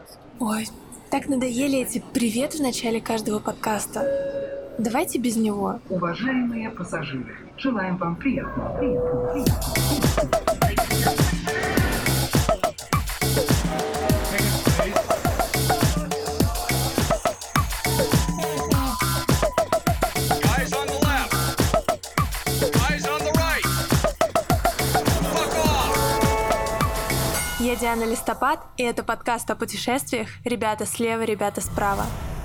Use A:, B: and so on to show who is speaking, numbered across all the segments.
A: Ой, так надоели эти «привет» в начале каждого подкаста. Давайте без него.
B: Уважаемые пассажиры, желаем вам приятного.
A: Я Диана Листопад, и это подкаст о путешествиях «Ребята слева, ребята справа».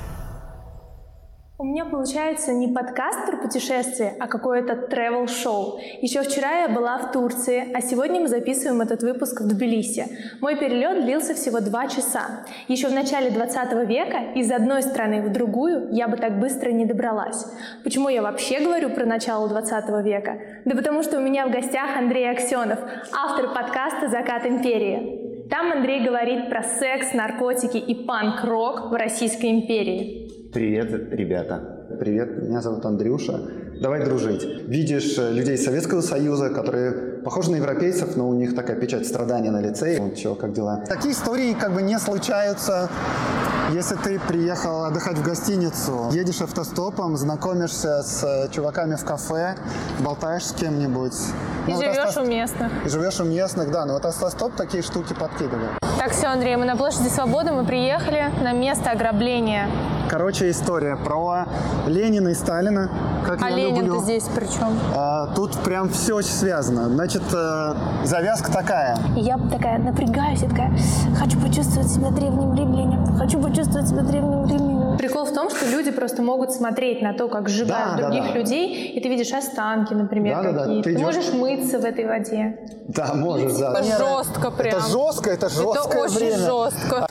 A: У меня получается не подкаст про путешествия, а какое-то travel-шоу. Еще вчера я была в Турции, а сегодня мы записываем этот выпуск в Тбилиси. Мой перелет длился всего 2 часа. Еще в начале 20 века из одной страны в другую я бы так быстро не добралась. Почему я вообще говорю про начало 20 века? Да потому что у меня в гостях Андрей Аксенов, автор подкаста «Закат империи». Там Андрей говорит про секс, наркотики и панк-рок в Российской империи.
C: Привет, ребята. Привет, меня зовут Андрюша. Давай дружить. Видишь людей Советского Союза, которые похожи на европейцев, но у них такая печать страдания на лице. Вот чё, как дела? Такие истории как бы не случаются, если ты приехал отдыхать в гостиницу. Едешь автостопом, знакомишься с чуваками в кафе, болтаешь с кем-нибудь.
A: И живешь у местных.
C: И живешь у местных, да. Но вот автостоп такие штуки подкидывает.
A: Так, все, Андрей, мы на площади Свободы, мы приехали на место ограбления.
C: Короче, история про Ленина и Сталина. Как
A: а
C: я
A: Ленин-то
C: люблю.
A: здесь при чем?
C: Тут прям все очень связано. Значит, завязка такая.
A: И я такая напрягаюсь, я такая, хочу почувствовать себя древним римлянам, хочу почувствовать себя древним римлянам. Прикол в том, что люди просто могут смотреть на то, как сжигают других людей, и ты видишь останки, например, какие-то. Ты можешь мыться в этой воде.
C: Да, можешь, да.
A: Это жестко прям.
C: Это жесткое
A: Это очень
C: время.
A: жестко.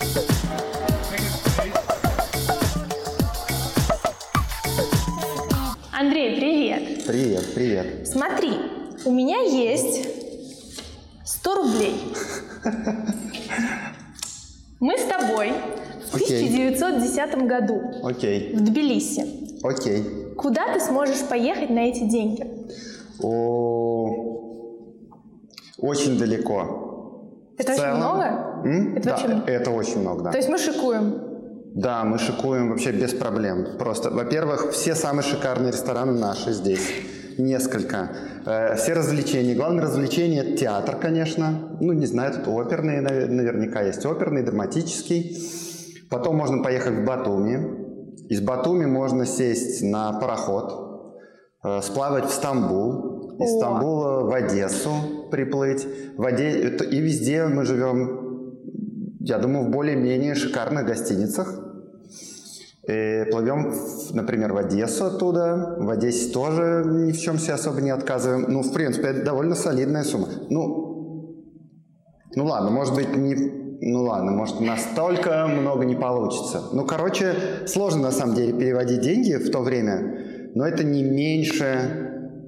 A: Андрей, привет.
C: Привет.
A: Смотри, у меня есть 100 рублей. Мы с тобой в 1910 году
C: Окей.
A: в Тбилиси.
C: Окей.
A: Куда ты сможешь поехать на эти деньги?
C: Очень далеко.
A: Это очень много? Это
C: Да,
A: вообще много?
C: это очень много, да.
A: То есть мы шикуем?
C: Да, мы шикуем вообще без проблем. Просто, во-первых, все самые шикарные рестораны наши здесь. Несколько. Все развлечения. Главное развлечение – это театр, конечно. Ну, не знаю, тут оперный, наверняка есть оперный, драматический. Потом можно поехать в Батуми. Из Батуми можно сесть на пароход, сплавать в Стамбул. Из Стамбула в Одессу приплыть. И везде мы живем, я думаю, в более-менее шикарных гостиницах. И плывем, например, в Одессу оттуда. В Одессе тоже ни в чем себе особо не отказываем. Ну, в принципе, это довольно солидная сумма. Ну ладно, может быть, может, настолько много не получится. Ну, короче, сложно, на самом деле, переводить деньги в то время, но это не меньше...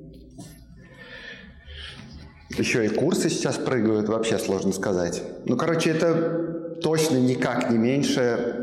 C: Еще и курсы сейчас прыгают, вообще сложно сказать. Ну, короче, это точно никак не меньше...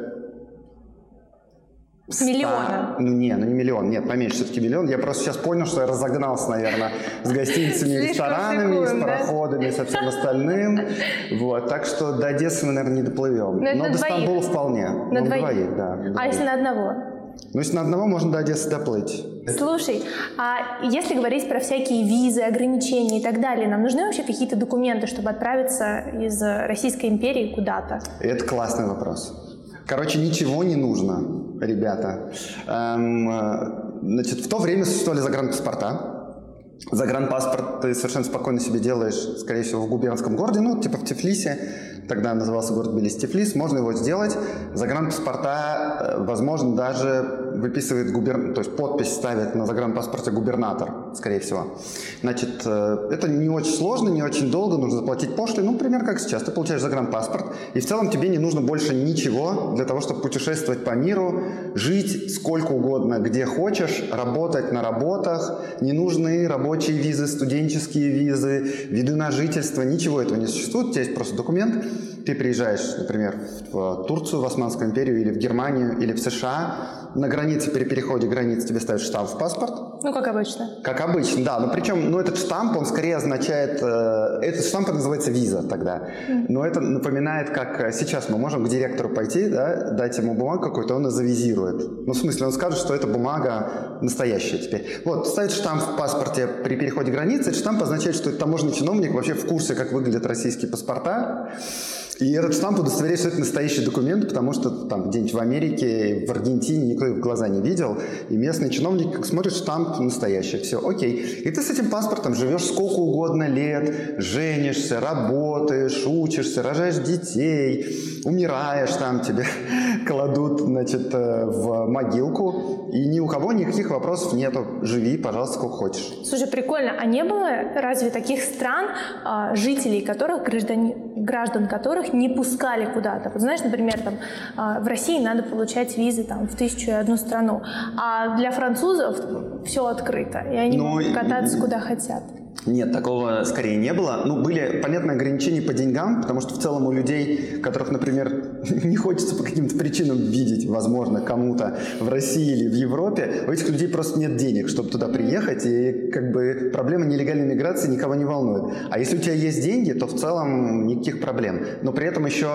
A: 100... Миллиона?
C: Не миллион, нет, поменьше все-таки миллион. Я просто сейчас понял, что я разогнался, наверное, с гостиницами, ресторанами, с пароходами и со всем остальным. Вот, так что до Одессы мы, наверное, не доплывем. Но до Стамбула вполне.
A: На двоих?
C: Да.
A: А если на одного?
C: Ну, если на одного, можно до Одессы доплыть.
A: Слушай, а если говорить про всякие визы, ограничения и так далее, нам нужны вообще какие-то документы, чтобы отправиться из Российской империи куда-то?
C: Это классный вопрос. Короче, ничего не нужно, ребята. Значит, в то время существовали загранпаспорта. Загранпаспорт ты совершенно спокойно себе делаешь, скорее всего, в губернском городе, ну, типа в Тифлисе. Тогда назывался город Тбилиси-Тифлис. Можно его сделать. Загранпаспорта, возможно, даже выписывает то есть подпись ставит на загранпаспорте губернатор, скорее всего. Значит, это не очень сложно, не очень долго. Нужно заплатить пошлину. Ну, например, как сейчас. Ты получаешь загранпаспорт, и в целом тебе не нужно больше ничего для того, чтобы путешествовать по миру, жить сколько угодно, где хочешь, работать на работах. Не нужны рабочие визы, студенческие визы, виды на жительство. Ничего этого не существует. У тебя есть просто документ. Ты приезжаешь, например, в Турцию, в Османскую империю, или в Германию, или в США. На границе, при переходе границ тебе ставят штамп в паспорт.
A: Ну, как обычно.
C: Как обычно, да. Но причем, этот штамп, он скорее означает... Этот штамп называется виза тогда. Но это напоминает, как сейчас мы можем к директору пойти, да, дать ему бумагу какую-то, он ее завизирует. Ну, в смысле, он скажет, что эта бумага настоящая теперь. Вот, ставит штамп в паспорте при переходе границы. Этот штамп означает, что таможенный чиновник вообще в курсе, как выглядят российские паспорта. И этот штамп удостоверяет, что это настоящий документ, потому что там где-нибудь в Америке, в Аргентине никто их в глаза не видел. И местный чиновник как смотрит, штамп настоящий. Все, окей. И ты с этим паспортом живешь сколько угодно лет, женишься, работаешь, учишься, рожаешь детей, умираешь там, тебе кладут, значит, в могилку. И ни у кого никаких вопросов нету. Живи, пожалуйста, сколько хочешь.
A: Слушай, прикольно. А не было разве таких стран, жителей которых, граждан которых не пускали куда-то? Вот знаешь, например, там, в России надо получать визы там, в 1001 страну, а для французов все открыто, и они могут кататься куда хотят.
C: Нет, такого скорее не было. Были понятные ограничения по деньгам, потому что в целом у людей, которых, например, не хочется по каким-то причинам видеть, возможно, кому-то в России или в Европе, у этих людей просто нет денег, чтобы туда приехать, и как бы проблема нелегальной миграции никого не волнует. А если у тебя есть деньги, то в целом никаких проблем. Но при этом еще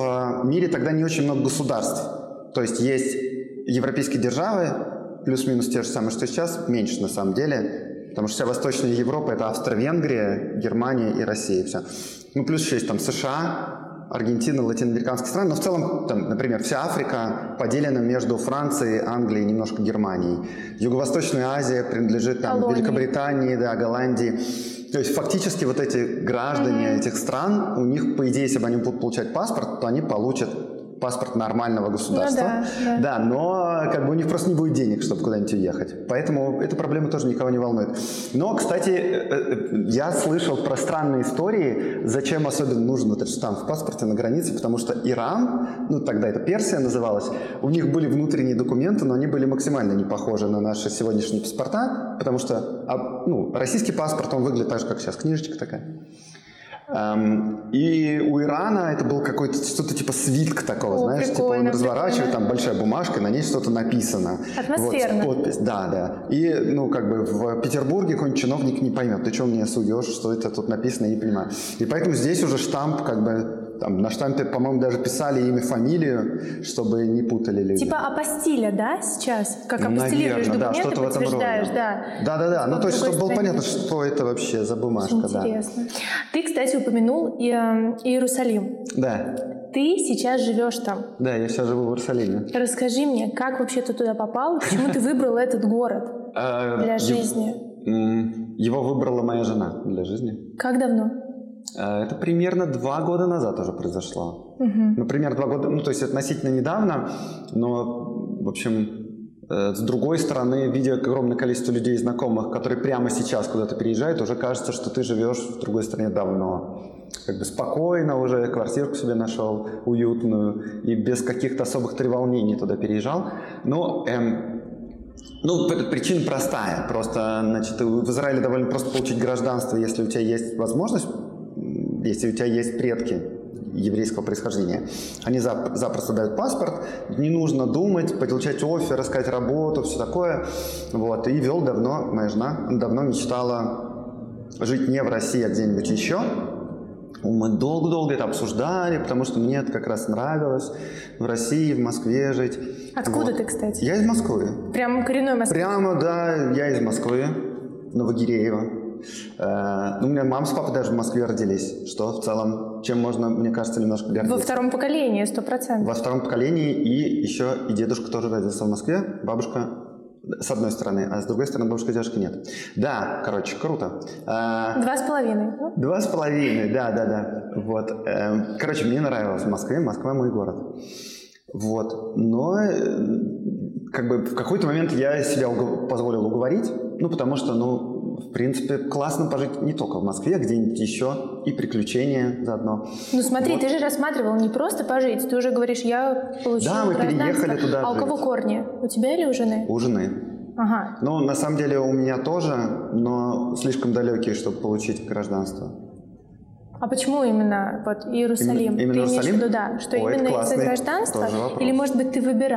C: в мире тогда не очень много государств. То есть есть европейские державы, плюс-минус те же самые, что сейчас, меньше на самом деле. Потому что вся Восточная Европа – это Австро-Венгрия, Германия и Россия. Все. Плюс еще есть там США, Аргентина, латиноамериканские страны. Но в целом, там, например, вся Африка поделена между Францией, Англией и немножко Германией. Юго-Восточная Азия принадлежит там, Великобритании, да, Голландии. То есть фактически вот эти граждане этих стран, у них, по идее, если бы они будут получать паспорт, то они получат паспорт нормального государства. Да, но как бы у них просто не будет денег, чтобы куда-нибудь уехать. Поэтому эта проблема тоже никого не волнует. Но, кстати, я слышал про странные истории, зачем особенно нужен этот штамп в паспорте на границе, потому что Иран, тогда это Персия называлась, у них были внутренние документы, но они были максимально не похожи на наши сегодняшние паспорта, потому что российский паспорт, он выглядит так же, как сейчас, книжечка такая. И у Ирана это был какой-то что-то типа свитка такого, знаешь, типа он разворачивает, там большая бумажка, на ней что-то написано.
A: Атмосферно.
C: Вот, подпись, да. И, как бы в Петербурге какой-нибудь чиновник не поймет, ты что мне судешь, что это тут написано, я не понимаю. И поэтому здесь уже штамп, как бы, там, на штампе, по-моему, даже писали имя, фамилию, чтобы не путали люди.
A: Типа апостиля, да, сейчас? Как апостилируешь документы, подтверждаешь, да.
C: Да. То есть, чтобы было понятно, что это вообще за бумажка.
A: Интересно. Ты, кстати, упомянул Иерусалим.
C: Да.
A: Ты сейчас живешь там.
C: Да, я сейчас живу в Иерусалиме.
A: Расскажи мне, как вообще ты туда попал? Почему ты выбрал этот город для жизни?
C: Его выбрала моя жена для жизни.
A: Как давно?
C: Это примерно 2 года назад уже произошло. Примерно 2 года, то есть относительно недавно, но, в общем, с другой стороны, видя огромное количество людей знакомых, которые прямо сейчас куда-то переезжают, уже кажется, что ты живешь в другой стране давно. Как бы спокойно уже квартирку себе нашел, уютную, и без каких-то особых треволнений туда переезжал. Но причина простая. Просто, значит, в Израиле довольно просто получить гражданство, если у тебя есть возможность, если у тебя есть предки еврейского происхождения. Они запросто дают паспорт, не нужно думать, получать оффер, искать работу, все такое. Вот. И моя жена давно мечтала жить не в России, а где-нибудь еще. Мы долго-долго это обсуждали, потому что мне это как раз нравилось. В России, в Москве жить.
A: Откуда ты, кстати?
C: Я из Москвы.
A: Прям коренной Москвы?
C: Прямо, да, я из Москвы, Новогиреево. У меня мама с папой даже в Москве родились, что в целом, чем можно, мне кажется, немножко гордиться.
A: Во втором поколении, 100%.
C: Во втором поколении, и еще и дедушка тоже родился в Москве, бабушка с одной стороны, а с другой стороны бабушка и дедушка нет. Да, короче, круто.
A: 2,5.
C: 2,5, да. Вот. Короче, мне нравилось в Москве, Москва мой город. Вот. Но как бы в какой-то момент я себя позволил уговорить, потому что, в принципе, классно пожить не только в Москве, а где-нибудь еще, и приключения заодно.
A: Смотри, ты же рассматривал не просто пожить, ты уже говоришь, я получил
C: гражданство. Да, мы переехали туда
A: жить. А у кого корни? У тебя или у жены?
C: У жены.
A: Ага.
C: На самом деле у меня тоже, но слишком далекие, чтобы получить гражданство.
A: А почему именно Иерусалим?
C: Именно
A: ты
C: Иерусалим?
A: Имеешь в виду, да, что именно из-за гражданства? Или, может быть, ты выбирал?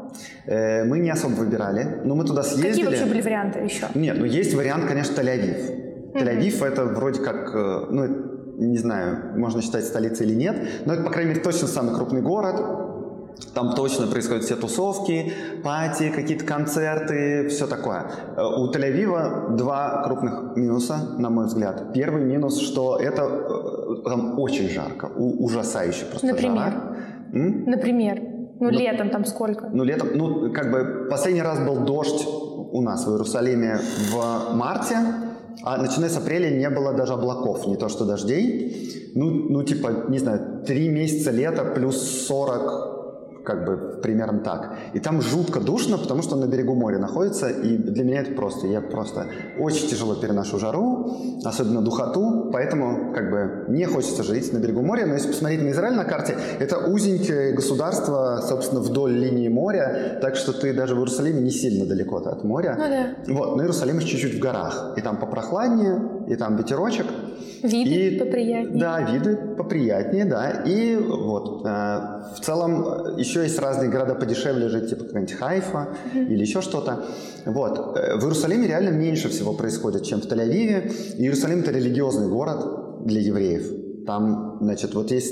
C: Мы не особо выбирали, но мы туда съездили.
A: Какие вообще были варианты еще?
C: Нет, ну есть вариант, конечно, Тель-Авив. Тель-Авив это вроде как, ну, не знаю, можно считать столицей или нет, но это, по крайней мере, точно самый крупный город. Там точно происходят все тусовки, пати, какие-то концерты, все такое. У Тель-Авива два крупных минуса, на мой взгляд. Первый минус, что это там очень жарко, ужасающе просто.
A: Например?
C: Жара.
A: Например? Ну, летом там сколько?
C: Ну, летом, ну, как бы последний раз был дождь у нас в Иерусалиме в марте, а начиная с апреля не было даже облаков, не то что дождей. Ну типа, не знаю, 3 месяца лета плюс 40, как бы примерно так. И там жутко душно, потому что он на берегу моря находится, и для меня это просто, я просто очень тяжело переношу жару, особенно духоту, поэтому как бы не хочется жить на берегу моря. Но если посмотреть на Израиль на карте, это узенькое государство, собственно, вдоль линии моря, так что ты даже в Иерусалиме не сильно далеко от моря.
A: Ну да.
C: Вот, но Иерусалим чуть-чуть в горах, и там попрохладнее, и там ветерочек.
A: Виды поприятнее.
C: Да, виды поприятнее, да. И вот в целом еще есть разные города подешевле жить, типа какая-нибудь Хайфа или еще что-то. Вот. В Иерусалиме реально меньше всего происходит, чем в Тель-Авиве. Иерусалим – это религиозный город для евреев. Там, значит, вот если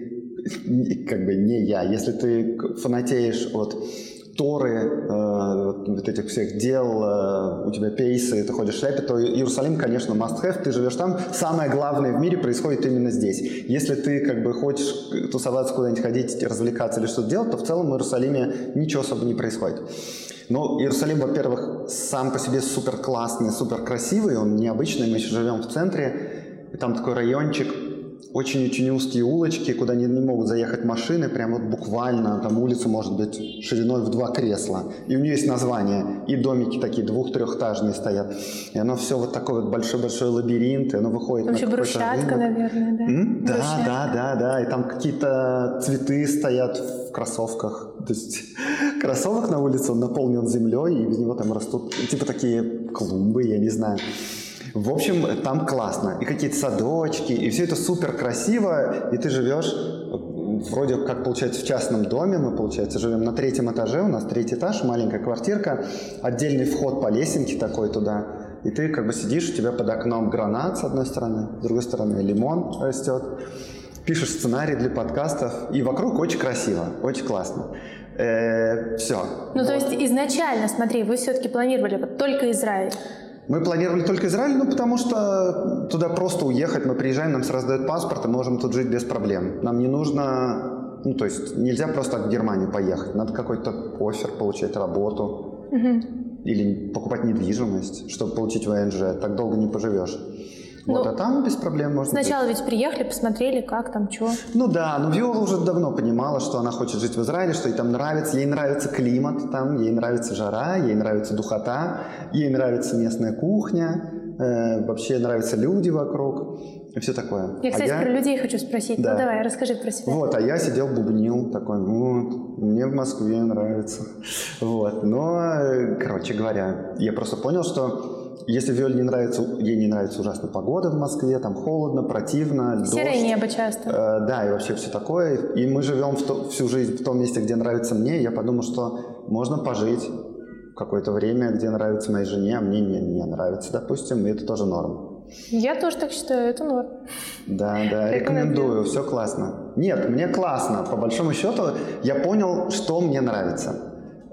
C: ты, как бы не я, если ты фанатеешь от Торы, вот этих всех дел, у тебя пейсы, ты ходишь в шляпе, то Иерусалим, конечно, must have, ты живешь там. Самое главное в мире происходит именно здесь. Если ты как бы хочешь тусоваться, куда-нибудь ходить, развлекаться или что-то делать, то в целом в Иерусалиме ничего особо не происходит. Но Иерусалим, во-первых, сам по себе супер классный, супер красивый, он необычный, мы еще живем в центре, и там такой райончик, очень-очень узкие улочки, куда не могут заехать машины, прям вот буквально, там улица может быть шириной в 2 кресла. И у нее есть название, и домики такие 2-3-этажные стоят. И оно все вот такой вот большой-большой лабиринт, и оно выходит
A: вообще
C: на какой-то
A: брусчатка,
C: рынок.
A: наверное, да?
C: Да. И там какие-то цветы стоят в кроссовках. То есть кроссовок на улице, он наполнен землей, и из него там растут типа такие клумбы, я не знаю. В общем, там классно. И какие-то садочки, и все это супер красиво, и ты живешь вроде как, получается, в частном доме. Мы, получается, живем на 3-м этаже, у нас 3-й этаж, маленькая квартирка, отдельный вход по лесенке такой туда. И ты как бы сидишь, у тебя под окном гранат с одной стороны, с другой стороны лимон растет. Пишешь сценарий для подкастов, и вокруг очень красиво, очень классно. Все.
A: Ну, то есть изначально, смотри, вы все-таки планировали вот только Израиль.
C: Мы планировали только Израиль, ну, потому что туда просто уехать, мы приезжаем, нам сразу дают паспорт, и можем тут жить без проблем. Нам не нужно, ну, то есть нельзя просто в Германию поехать, надо какой-то оффер получать, работу или покупать недвижимость, чтобы получить ВНЖ, так долго не поживешь. Вот, а там без проблем можно
A: Сначала
C: жить.
A: ведь приехали, посмотрели, как там, что.
C: Ну да, но Виола уже давно понимала, что она хочет жить в Израиле, что ей там нравится. Ей нравится климат там, ей нравится жара, ей нравится духота, ей нравится местная кухня, вообще нравятся люди вокруг и все такое.
A: Я, кстати, про людей хочу спросить.
C: Да.
A: Ну давай, расскажи про себя.
C: Вот, а я сидел, бубнил, такой, вот, мне в Москве нравится. Вот, но, короче говоря, я просто понял, что если Виоле не нравится, ей не нравится ужасно погода в Москве, там холодно, противно,
A: серое
C: дождь.
A: небо часто.
C: Да, и вообще все такое. И мы живем всю жизнь в том месте, где нравится мне. Я подумал, что можно пожить какое-то время, где нравится моей жене, а мне не нравится, допустим, и это тоже норм.
A: Я тоже так считаю, это норм.
C: Да, рекомендую, все классно. Нет, мне классно, по большому счету, я понял, что мне нравится.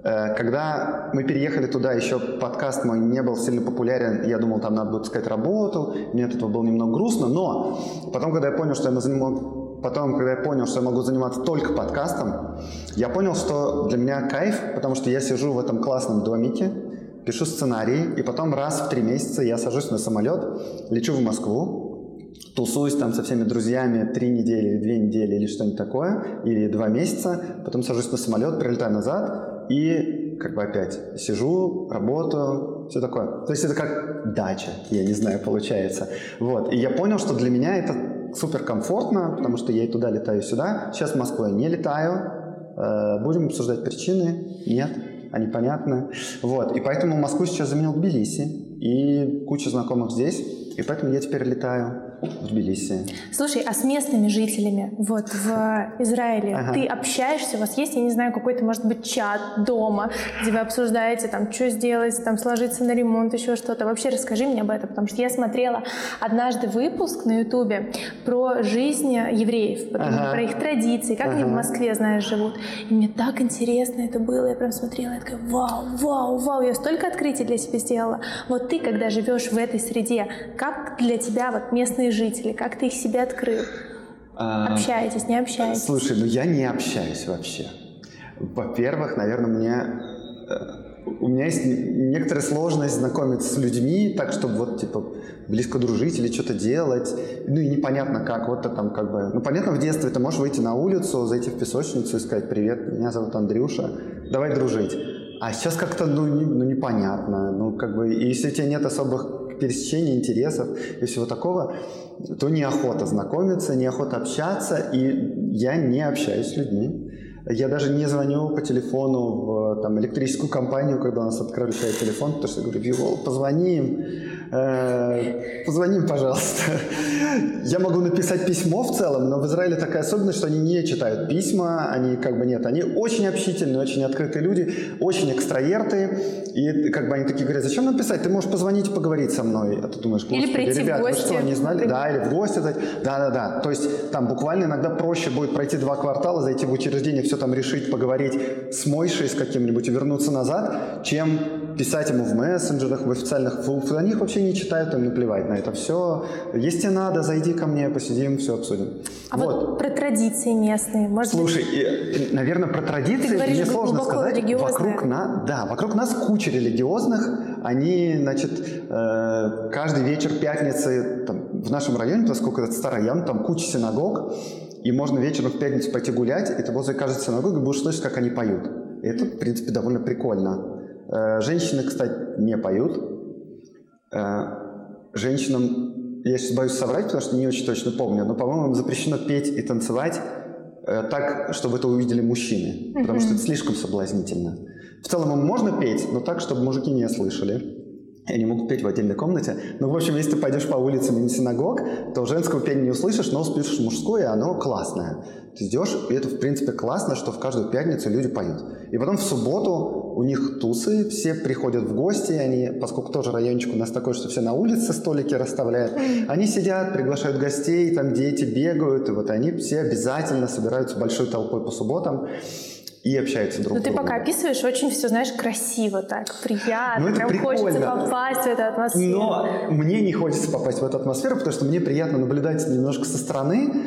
C: Когда мы переехали туда, еще подкаст мой не был сильно популярен, я думал, там надо будет искать работу, мне от этого было немного грустно, но потом, когда я понял, что я могу заниматься только подкастом, я понял, что для меня кайф, потому что я сижу в этом классном домике, пишу сценарий, и потом раз в 3 месяца я сажусь на самолет, лечу в Москву, тусуюсь там со всеми друзьями 3 недели или 2 недели или что-нибудь такое, или 2 месяца, потом сажусь на самолет, прилетаю назад и как бы опять сижу, работаю, все такое. То есть это как дача, я не знаю, получается. Вот. И я понял, что для меня это супер комфортно, потому что я и туда летаю, и сюда. Сейчас в Москву я не летаю. Будем обсуждать причины? Нет. Они понятны. Вот. И поэтому Москву сейчас заменил Тбилиси. И куча знакомых здесь. И поэтому я теперь летаю в Тбилиси.
A: Слушай, а с местными жителями вот в Израиле ты общаешься? У вас есть, я не знаю, какой-то, может быть, чат дома, где вы обсуждаете, там, что сделать, там, сложиться на ремонт, еще что-то? Вообще расскажи мне об этом, потому что я смотрела однажды выпуск на Ютубе про жизнь евреев, вот именно про их традиции, как они в Москве, знаешь, живут. И мне так интересно это было, я прям смотрела, я такая, вау, я столько открытий для себя сделала. Вот ты, когда живешь в этой среде, как для тебя вот местные жители, как ты их себе открыл? Общаетесь, не общаетесь?
C: Слушай, я не общаюсь вообще. Во-первых, наверное, у меня есть некоторая сложность знакомиться с людьми, так, чтобы вот, типа, близко дружить или что-то делать. Ну, и непонятно как. Вот там как бы... Ну, понятно, в детстве ты можешь выйти на улицу, зайти в песочницу и сказать: «Привет, меня зовут Андрюша, давай дружить». А сейчас как-то, непонятно. Ну, как бы, и если у тебя нет особых пересечений, интересов и всего такого, то неохота знакомиться, неохота общаться, и я не общаюсь с людьми. Я даже не звоню по телефону в электрическую компанию, когда у нас отключают телефон, потому что я говорю: «Вивол, позвоним, пожалуйста». Я могу написать письмо в целом, но в Израиле такая особенность, что они не читают письма, они они очень общительные, очень открытые люди, очень экстраверты, и как бы они такие говорят: «Зачем нам писать? Ты можешь позвонить и поговорить со мной». А ты думаешь: «Господи,
A: или прийти
C: ребят,
A: в гости.
C: вы что, не знали?» Да, или в гости зайти. Да. То есть там буквально иногда проще будет пройти 2 квартала, зайти в учреждение, все там решить, поговорить с Мойшей, с каким-нибудь и вернуться назад, чем писать ему в мессенджерах, в официальных. Они их вообще не читают, им наплевать на это все. Если тебе надо, зайди ко мне, посидим, все обсудим.
A: А вот про традиции местные, может быть?
C: Слушай, наверное, про традиции мне сложно сказать. Вокруг нас куча религиозных. Они, каждый вечер пятницы в нашем районе, поскольку это старый район, там куча синагог, и можно вечером в пятницу пойти гулять, и ты возле каждой синагоги будешь слышать, как они поют. И это, в принципе, довольно прикольно. Женщины, кстати, не поют. Женщинам, я сейчас боюсь соврать, потому что не очень точно помню, но, по-моему, им запрещено петь и танцевать так, чтобы это увидели мужчины, потому что это слишком соблазнительно. В целом им можно петь, но так, чтобы мужики не слышали. И они могут петь в отдельной комнате. Но, в общем, если ты пойдешь по улице мимо синагог, то женского пения не услышишь, но услышишь мужское, и оно классное. Ты идешь, и это, в принципе, классно, что в каждую пятницу люди поют. И потом в субботу у них тусы, все приходят в гости, они, поскольку тоже райончик у нас такой, что все на улице столики расставляют, они сидят, приглашают гостей, там дети бегают, и вот они все обязательно собираются большой толпой по субботам и общаются друг с другом.
A: Ты пока описываешь, очень все, знаешь, красиво так, приятно,
C: это
A: прям
C: прикольно.
A: Хочется попасть в эту атмосферу.
C: Но мне не хочется попасть в эту атмосферу, потому что мне приятно наблюдать немножко со стороны,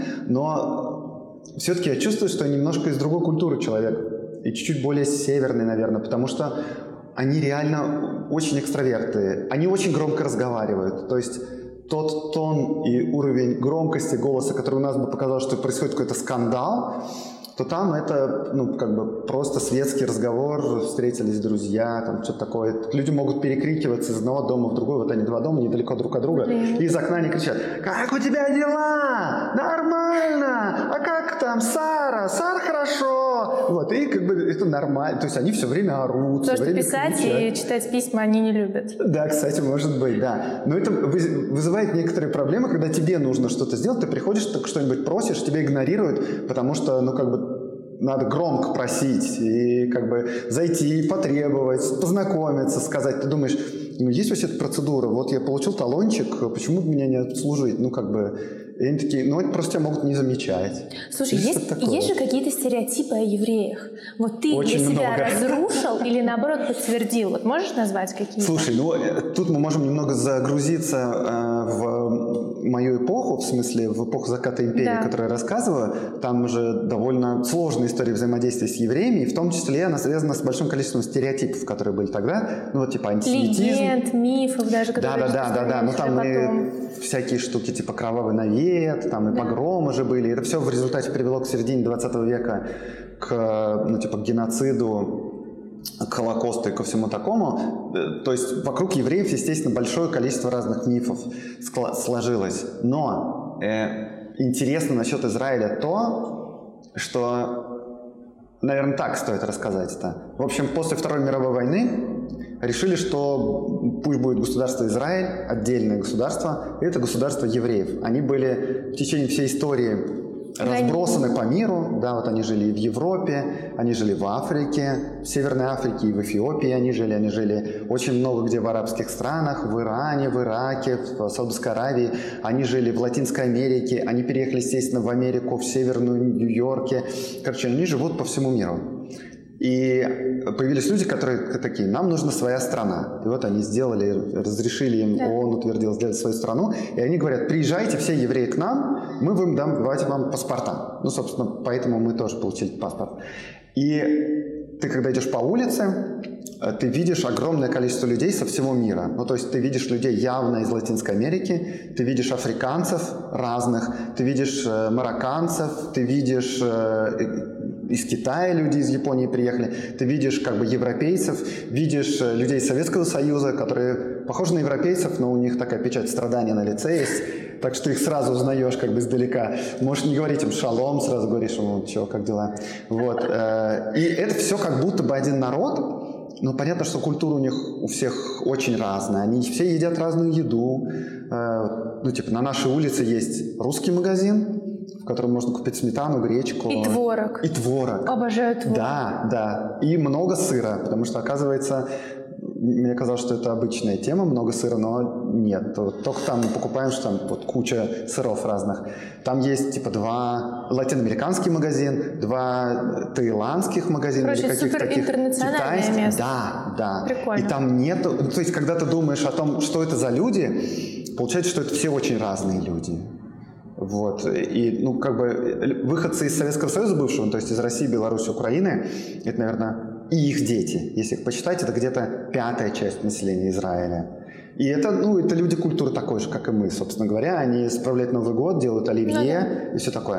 C: но все-таки я чувствую, что я немножко из другой культуры человек, и чуть-чуть более северный, наверное, потому что они реально очень экстраверты, они очень громко разговаривают, то есть тот тон и уровень громкости голоса, который у нас бы показал, что происходит какой-то скандал, то там это, просто светский разговор, встретились друзья, там что-то такое. Люди могут перекрикиваться из одного дома в другой, вот они 2 дома недалеко друг от друга, и из окна они кричат: «Как у тебя дела? Нормально! А как там Сара? Сара хорошо!» Вот, и это нормально, то есть они все время орут,
A: Потому
C: все время
A: писать
C: кричат.
A: и читать письма они не любят.
C: Да, кстати, может быть, да. Но это вызывает некоторые проблемы, когда тебе нужно что-то сделать, ты приходишь, так что-нибудь просишь, тебя игнорируют, потому что, надо громко просить и зайти, потребовать, познакомиться, сказать. Ты думаешь, есть вообще эта процедура, вот я получил талончик, почему бы меня не обслужить? И они такие: это просто тебя могут не замечать.
A: Слушай, есть же какие-то стереотипы о евреях. Вот ты
C: очень
A: для себя
C: много
A: разрушил или, наоборот, подтвердил? Вот можешь назвать какие-то?
C: Слушай, тут мы можем немного загрузиться в мою эпоху, в смысле, в эпоху заката империи,
A: да,
C: которую я рассказываю. Там уже довольно сложная история взаимодействия с евреями, и в том числе она связана с большим количеством стереотипов, которые были тогда. Антисемитизм.
A: Легенд, мифов даже.
C: Да. Там и всякие штуки, типа кровавый навет, там и погромы же были. Это все в результате привело к середине 20 века к геноциду, к Холокосту и ко всему такому. То есть вокруг евреев, естественно, большое количество разных мифов сложилось. Но интересно насчет Израиля то, что, наверное, так стоит рассказать это. В общем, после Второй мировой войны решили, что пусть будет государство Израиль, отдельное государство, и это государство евреев. Они были в течение всей истории разбросаны по миру, да, вот они жили и в Европе, они жили в Африке, в Северной Африке и в Эфиопии они жили очень много где в арабских странах, в Иране, в Ираке, в Саудовской Аравии, они жили в Латинской Америке, они переехали, естественно, в Америку, в Северную Нью-Йорке, короче, они живут по всему миру. И появились люди, которые такие, нам нужна своя страна. И вот они разрешили им, ООН утвердил, сделать свою страну. И они говорят, приезжайте все евреи к нам, мы вам давайте вам паспорта. Ну, собственно, поэтому мы тоже получили паспорт. И ты, когда идешь по улице, ты видишь огромное количество людей со всего мира. Ну, то есть ты видишь людей явно из Латинской Америки, ты видишь африканцев разных, ты видишь марокканцев, ты видишь из Китая люди из Японии приехали, ты видишь как бы европейцев, видишь людей из Советского Союза, которые похожи на европейцев, но у них такая печать страдания на лице есть, так что их сразу узнаешь как бы издалека. Можешь не говорить им шалом, сразу говоришь ему, чё, как дела. Вот. И это все как будто бы один народ, но понятно, что культура у них у всех очень разная. Они все едят разную еду. Ну, типа, на нашей улице есть русский магазин, в котором можно купить сметану, гречку.
A: И творог.
C: И творог.
A: Обожаю творог.
C: Да, да. И много сыра, потому что, оказывается, мне казалось, что это обычная тема, много сыра, но нет. Только там мы покупаем, что там вот куча сыров разных. Там есть типа 2 латиноамериканский магазин, 2 таиландских магазина.
A: Короче,
C: или каких-то таких
A: интернациональное место.
C: Да, да.
A: Прикольно.
C: И там нету... То есть, когда ты думаешь о том, что это за люди, получается, что это все очень разные люди. Вот. И, ну, как бы, выходцы из Советского Союза бывшего, то есть из России, Беларуси, Украины, это, наверное, и их дети. Если их посчитать, это где-то 5-я часть населения Израиля. И это, ну, это люди культуры такой же, как и мы, собственно говоря. Они справляют Новый год, делают оливье и все такое.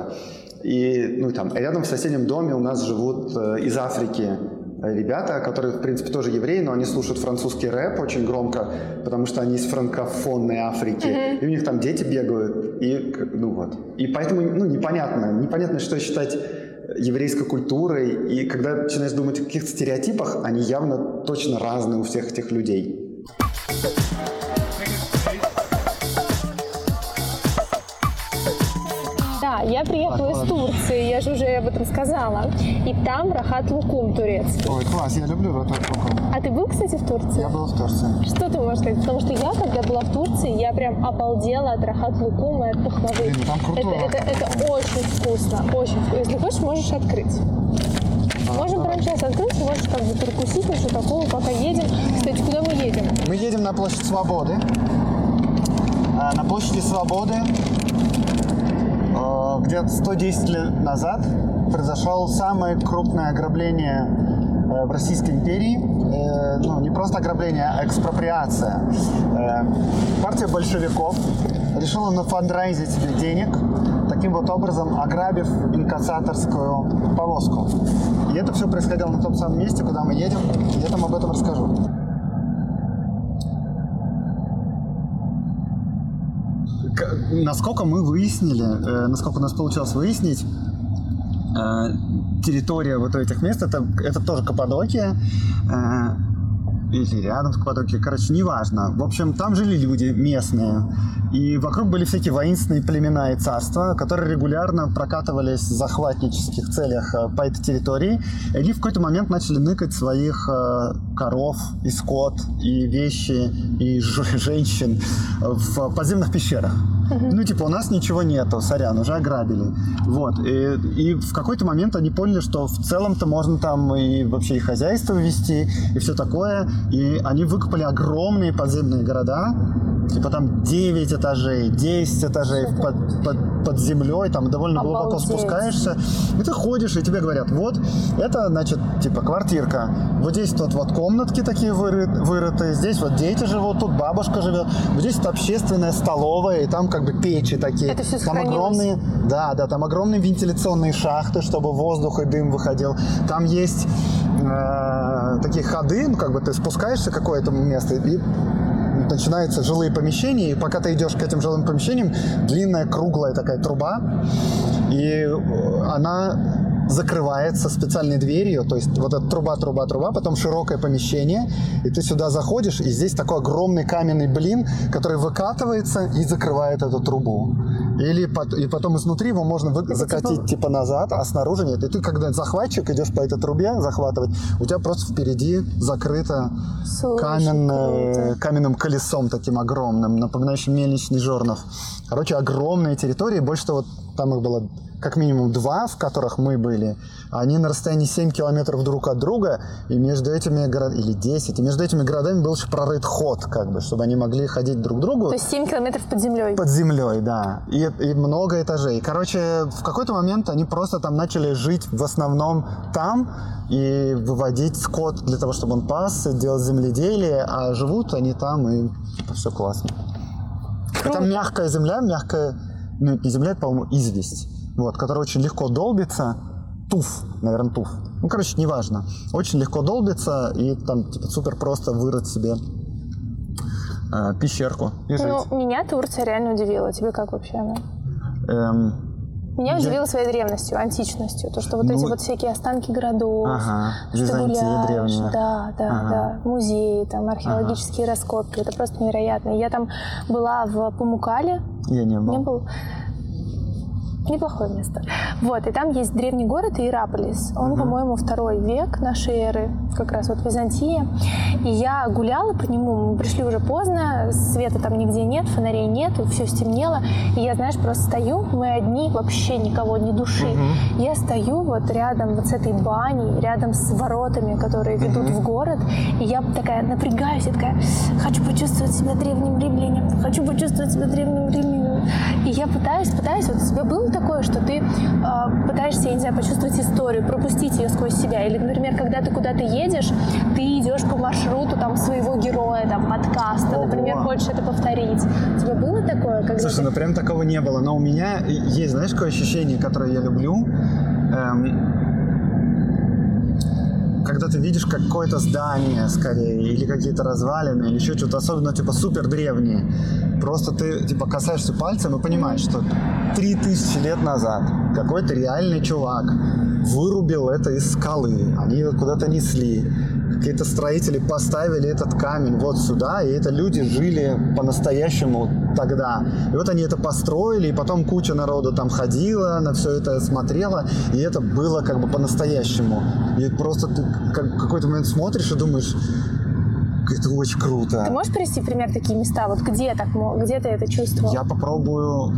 C: И, ну, там, рядом в соседнем доме у нас живут из Африки ребята, которые, в принципе, тоже евреи, но они слушают французский рэп очень громко, потому что они из франкофонной Африки, и у них там дети бегают, и, ну вот. И поэтому, ну, непонятно, что считать еврейской культурой, и когда начинаешь думать о каких-то стереотипах, они явно точно разные у всех этих людей.
A: Я приехала из Турции, я же уже об этом сказала. И там рахат лукум турецкий.
C: Ой, класс, я люблю рахат лукум.
A: А ты был, кстати, в Турции?
C: Я был в Турции.
A: Что ты можешь сказать? Потому что я, когда была в Турции, я прям обалдела от рахат лукума и от пахлавы.
C: Там круто.
A: Это очень вкусно, очень вкусно. Если хочешь, можешь открыть. Можем прямо сейчас открыть, можешь как бы перекусить, ничего такого, пока едем. Кстати, куда мы едем?
C: Мы едем на Площадь Свободы. На Площади Свободы где-то 110 лет назад произошло самое крупное ограбление в Российской империи. Ну, не просто ограбление, а экспроприация. Партия большевиков решила нафандрайзить себе денег, таким вот образом ограбив инкассаторскую повозку. И это все происходило на том самом месте, куда мы едем. Я там об этом расскажу. Насколько мы выяснили, насколько у нас получилось выяснить, территория вот этих мест, это тоже Каппадокия, или рядом с Каппадокией, короче, неважно. В общем, там жили люди местные, и вокруг были всякие воинственные племена и царства, которые регулярно прокатывались в захватнических целях по этой территории, и они в какой-то момент начали ныкать своих коров и скот, и вещи, и женщин в подземных пещерах. Ну, типа, у нас ничего нету, сорян, уже ограбили. Вот. И в какой-то момент они поняли, что в целом-то можно там и вообще и хозяйство вести, и все такое. И они выкопали огромные подземные города, типа там 9 этажей, 10 этажей под землей, там довольно глубоко спускаешься. И ты ходишь, и тебе говорят, вот, это, значит, типа квартирка. Вот здесь тут вот комнатки такие вырытые, здесь вот дети живут, тут бабушка живет. Вот здесь вот общественная столовая, и там как бы печи такие.
A: Это все
C: там огромные, да, там огромные вентиляционные шахты, чтобы воздух и дым выходил. Там есть такие ходы, ну, как бы ты спускаешься в какое-то место, и начинаются жилые помещения, и пока ты идешь к этим жилым помещениям, длинная круглая такая труба, и она
D: закрывается специальной дверью, то есть вот эта труба, потом широкое помещение, и ты сюда заходишь, и здесь такой огромный каменный блин, который выкатывается и закрывает эту трубу. И потом изнутри его можно закатить типа назад, а снаружи нет. И ты, когда захватчик, идешь по этой трубе захватывать, у тебя просто впереди закрыто каменным колесом таким огромным, напоминающим мельничный жернов. Короче, огромные территории, больше того, там их было как минимум 2, в которых мы были. Они на расстоянии 7 километров друг от друга, и между этими городами, или 10, и между этими городами был еще прорыт ход, как бы, чтобы они могли ходить друг к другу.
A: То есть 7 километров под землей? Под
D: землей, да. И много этажей. Короче, в какой-то момент они просто там начали жить в основном там и выводить скот для того, чтобы он пас, делать земледелие, а живут они там, и все классно. Это мягкая земля, ну, это не земля, это, по-моему, известь, вот, которая очень легко долбится. Туф. Ну, короче, неважно. Очень легко долбится, и там, типа, супер просто вырыть себе пещерку и жить.
A: Ну, меня Турция реально удивила. Тебе как вообще она? Меня удивила своей древностью, античностью. То, что вот эти вот всякие останки городов,
D: Византия древняя.
A: Да. Музеи, там, археологические раскопки. Это просто невероятно. Я там была в Памуккале.
D: Я не был.
A: Не был. Неплохое место. Вот, и там есть древний город Иераполис. Он, по-моему, 2 век нашей эры, как раз вот Византия. И я гуляла по нему, мы пришли уже поздно, света там нигде нет, фонарей нету, все стемнело. И я, знаешь, просто стою, мы одни, вообще никого, ни души. Я стою вот рядом вот с этой баней, рядом с воротами, которые ведут в город. И я такая напрягаюсь, я такая, хочу почувствовать себя древним римлянам, И я пытаюсь, вот у тебя было такое, что ты пытаешься, я не знаю, почувствовать историю, пропустить ее сквозь себя. Или, например, когда ты куда-то едешь, ты идешь по маршруту там своего героя, там, подкаста, например, хочешь это повторить. У тебя было такое? Когда
D: Слушай, прям такого не было. Но у меня есть, знаешь, какое ощущение, которое я люблю? Когда ты видишь какое-то здание, скорее, или какие-то развалины, или еще что-то, особенно, типа, супер древние. Просто ты, типа, касаешься пальцем и понимаешь, что 3000 лет назад какой-то реальный чувак вырубил это из скалы. Они его куда-то несли. Какие-то строители поставили этот камень вот сюда, и это люди жили по-настоящему тогда. И вот они это построили, и потом куча народу там ходила, на все это смотрела, и это было как бы по-настоящему. И просто ты в какой-то момент смотришь и думаешь, это очень круто.
A: Ты можешь привести пример такие места? Вот где ты это чувствовал?
D: Я попробую.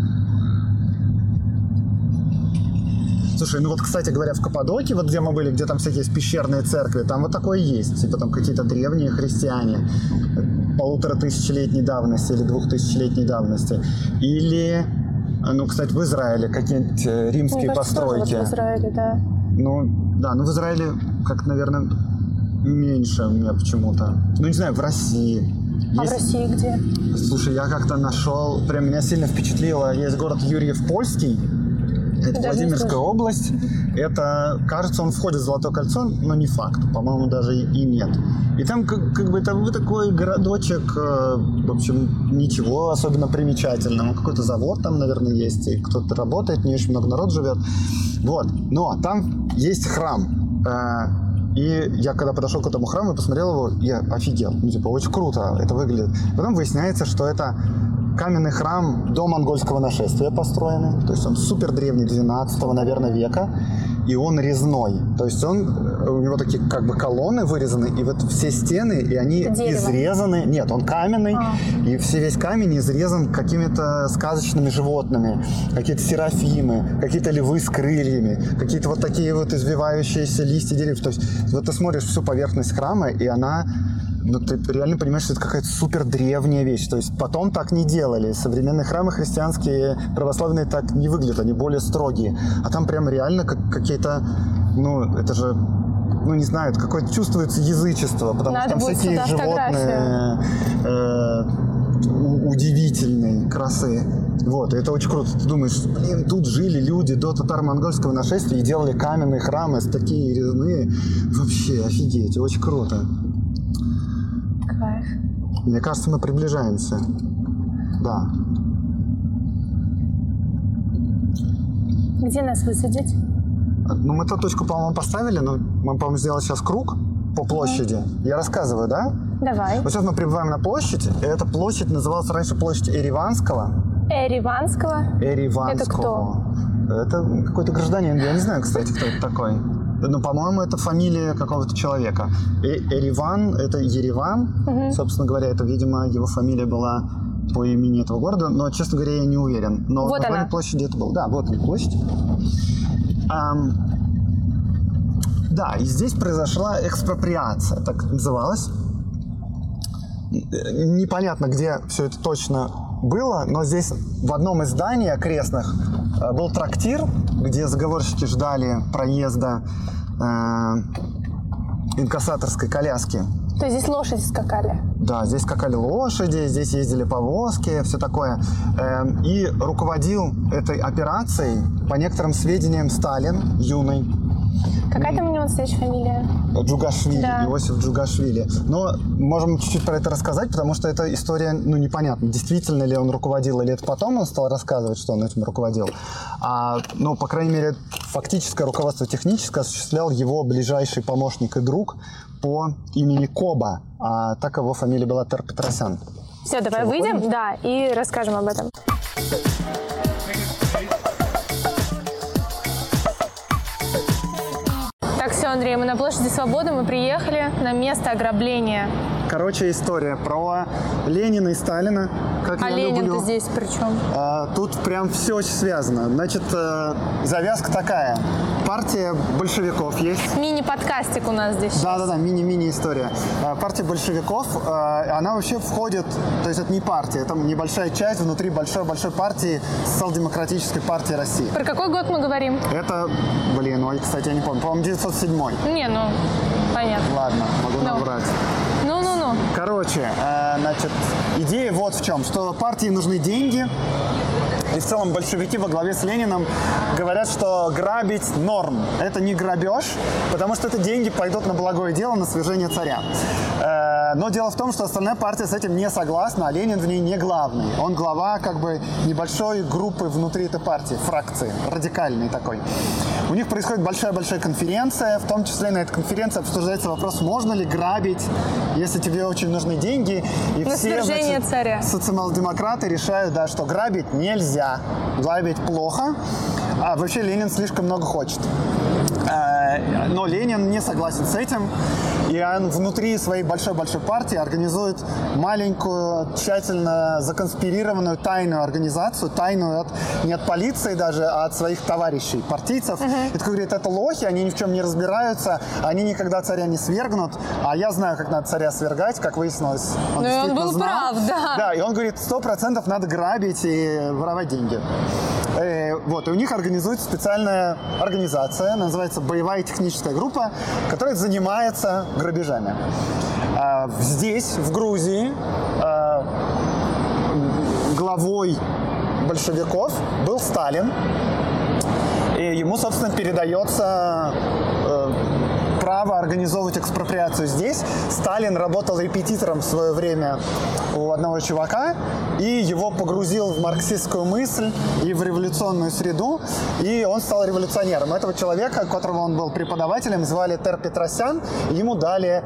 D: Слушай, ну вот, кстати говоря, в Каппадокии, вот где мы были, где там всякие есть пещерные церкви, там вот такое есть. Типа там какие-то древние христиане 1500-летней давности или 2000-летней давности. Или, ну, кстати, в Израиле какие-нибудь римские постройки.
A: Вот в Израиле, да.
D: Ну, да, ну в Израиле, как, наверное, меньше у меня почему-то. Ну, не знаю, в России.
A: А в России где?
D: Слушай, я как-то нашел, прям меня сильно впечатлило, есть город Юрьев-Польский. Это Владимирская область. Это, кажется, он входит в Золотое кольцо, но не факт. По-моему, даже и нет. И там как бы это такой городочек, в общем, ничего особенно примечательного. Какой-то завод там, наверное, есть, и кто-то работает, не очень много народ живет. Вот. Но там есть храм. И я когда подошел к этому храму и посмотрел его, я офигел. Ну, типа, очень круто это выглядит. Потом выясняется, что это каменный храм до монгольского нашествия построенный. То есть он супер древний, 12-го, наверное, века. И он резной. То есть у него такие как бы колонны вырезаны, и вот все стены, и они изрезаны. Нет, он каменный, и весь камень изрезан какими-то сказочными животными. Какие-то серафимы, какие-то львы с крыльями, какие-то вот такие вот извивающиеся листья деревьев. То есть вот ты смотришь всю поверхность храма, и она... Ну, ты реально понимаешь, что это какая-то супер древняя вещь. То есть потом так не делали. Современные храмы христианские, православные так не выглядят, они более строгие. А там прям реально какие-то, ну, это же, ну, не знаю, какое-то чувствуется язычество, потому что там всякие животные удивительной красы. Вот, и это очень круто. Ты думаешь, блин, тут жили люди до татаро-монгольского нашествия и делали каменные храмы, такие резные. Вообще, офигеть, очень круто. Мне кажется, мы приближаемся. Да.
A: Где нас высадить?
D: Ну, мы эту точку, по-моему, поставили, но мы, по-моему, сделали сейчас круг по площади. Я рассказываю, да?
A: Давай.
D: Вот сейчас мы прибываем на площадь. И эта площадь называлась раньше площадь Ереванского.
A: Эриванского?
D: Ереванского.
A: Это кто?
D: Это какой-то гражданин. Я не знаю, кстати, кто это такой. Ну, по-моему, это фамилия какого-то человека. Ереван – это Ереван. Собственно говоря, это, видимо, его фамилия была по имени этого города. Но, честно говоря, я не уверен. Но
A: вот
D: на площади это было. Да, вот она площадь. Да, и здесь произошла экспроприация, так называлась. Непонятно, где все это точно было, но здесь в одном из зданий окрестных был трактир, где заговорщики ждали проезда инкассаторской коляски.
A: То есть здесь лошади скакали?
D: Да, здесь скакали лошади, здесь ездили повозки, все такое. И руководил этой операцией, по некоторым сведениям, Сталин, юный.
A: Какая там у него настоящая фамилия?
D: Джугашвили,
A: да.
D: Иосиф Джугашвили. Но можем чуть-чуть про это рассказать, потому что эта история, непонятна, действительно ли он руководил, или это потом он стал рассказывать, что он этим руководил. Но, по крайней мере, фактическое руководство техническое осуществлял его ближайший помощник и друг по имени Коба, а так его фамилия была Тер-Петросян.
A: Все, давай выйдем, да, и расскажем об этом. Так, все, Андрей, мы на площади Свободы, мы приехали на место ограбления.
D: Короче, история про Ленина и Сталина. Как
A: А
D: я
A: Ленин-то
D: люблю.
A: здесь при чем?
D: Тут прям все очень связано. Значит, завязка такая. Партия большевиков есть.
A: Мини-подкастик у нас здесь.
D: Да-да-да, мини-мини история. Партия большевиков, она вообще входит, то есть это не партия, это небольшая часть внутри большой-большой партии, социал-демократической партии России.
A: Про какой год мы говорим?
D: Это, кстати, я не помню, по-моему, 907.
A: Не, понятно.
D: Ладно, могу наврать.
A: Ну.
D: Короче, значит, идея вот в чем, что партии нужны деньги, и в целом большевики во главе с Лениным говорят, что грабить норм. Это не грабеж, потому что это деньги пойдут на благое дело, на свержение царя. Но дело в том, что остальная партия с этим не согласна, а Ленин в ней не главный. Он глава небольшой группы внутри этой партии, фракции, радикальной такой. У них происходит большая-большая конференция, в том числе на этой конференции обсуждается вопрос, можно ли грабить, если тебе очень нужны деньги. И
A: на
D: все,
A: свержение царя.
D: Социал-демократы решают, что грабить нельзя, грабить плохо, а вообще Ленин слишком много хочет. Но Ленин не согласен с этим, и он внутри своей большой-большой партии организует маленькую, тщательно законспирированную тайную организацию, тайную не от полиции даже, а от своих товарищей, партийцев. И такой говорит, это лохи, они ни в чем не разбираются, они никогда царя не свергнут, а я знаю, как надо царя свергать, как выяснилось.
A: Он был прав, да.
D: Да, и он говорит, 100% надо грабить и воровать деньги. И у них организуется специальная организация, называется «Боевая техническая группа», которая занимается грабежами. Здесь, в Грузии, главой большевиков был Сталин, и ему, собственно, передается право организовывать экспроприацию здесь. Сталин работал репетитором в свое время у одного чувака и его погрузил в марксистскую мысль и в революционную среду, и он стал революционером. Этого человека, которого он был преподавателем, звали Тер-Петросян, и ему дали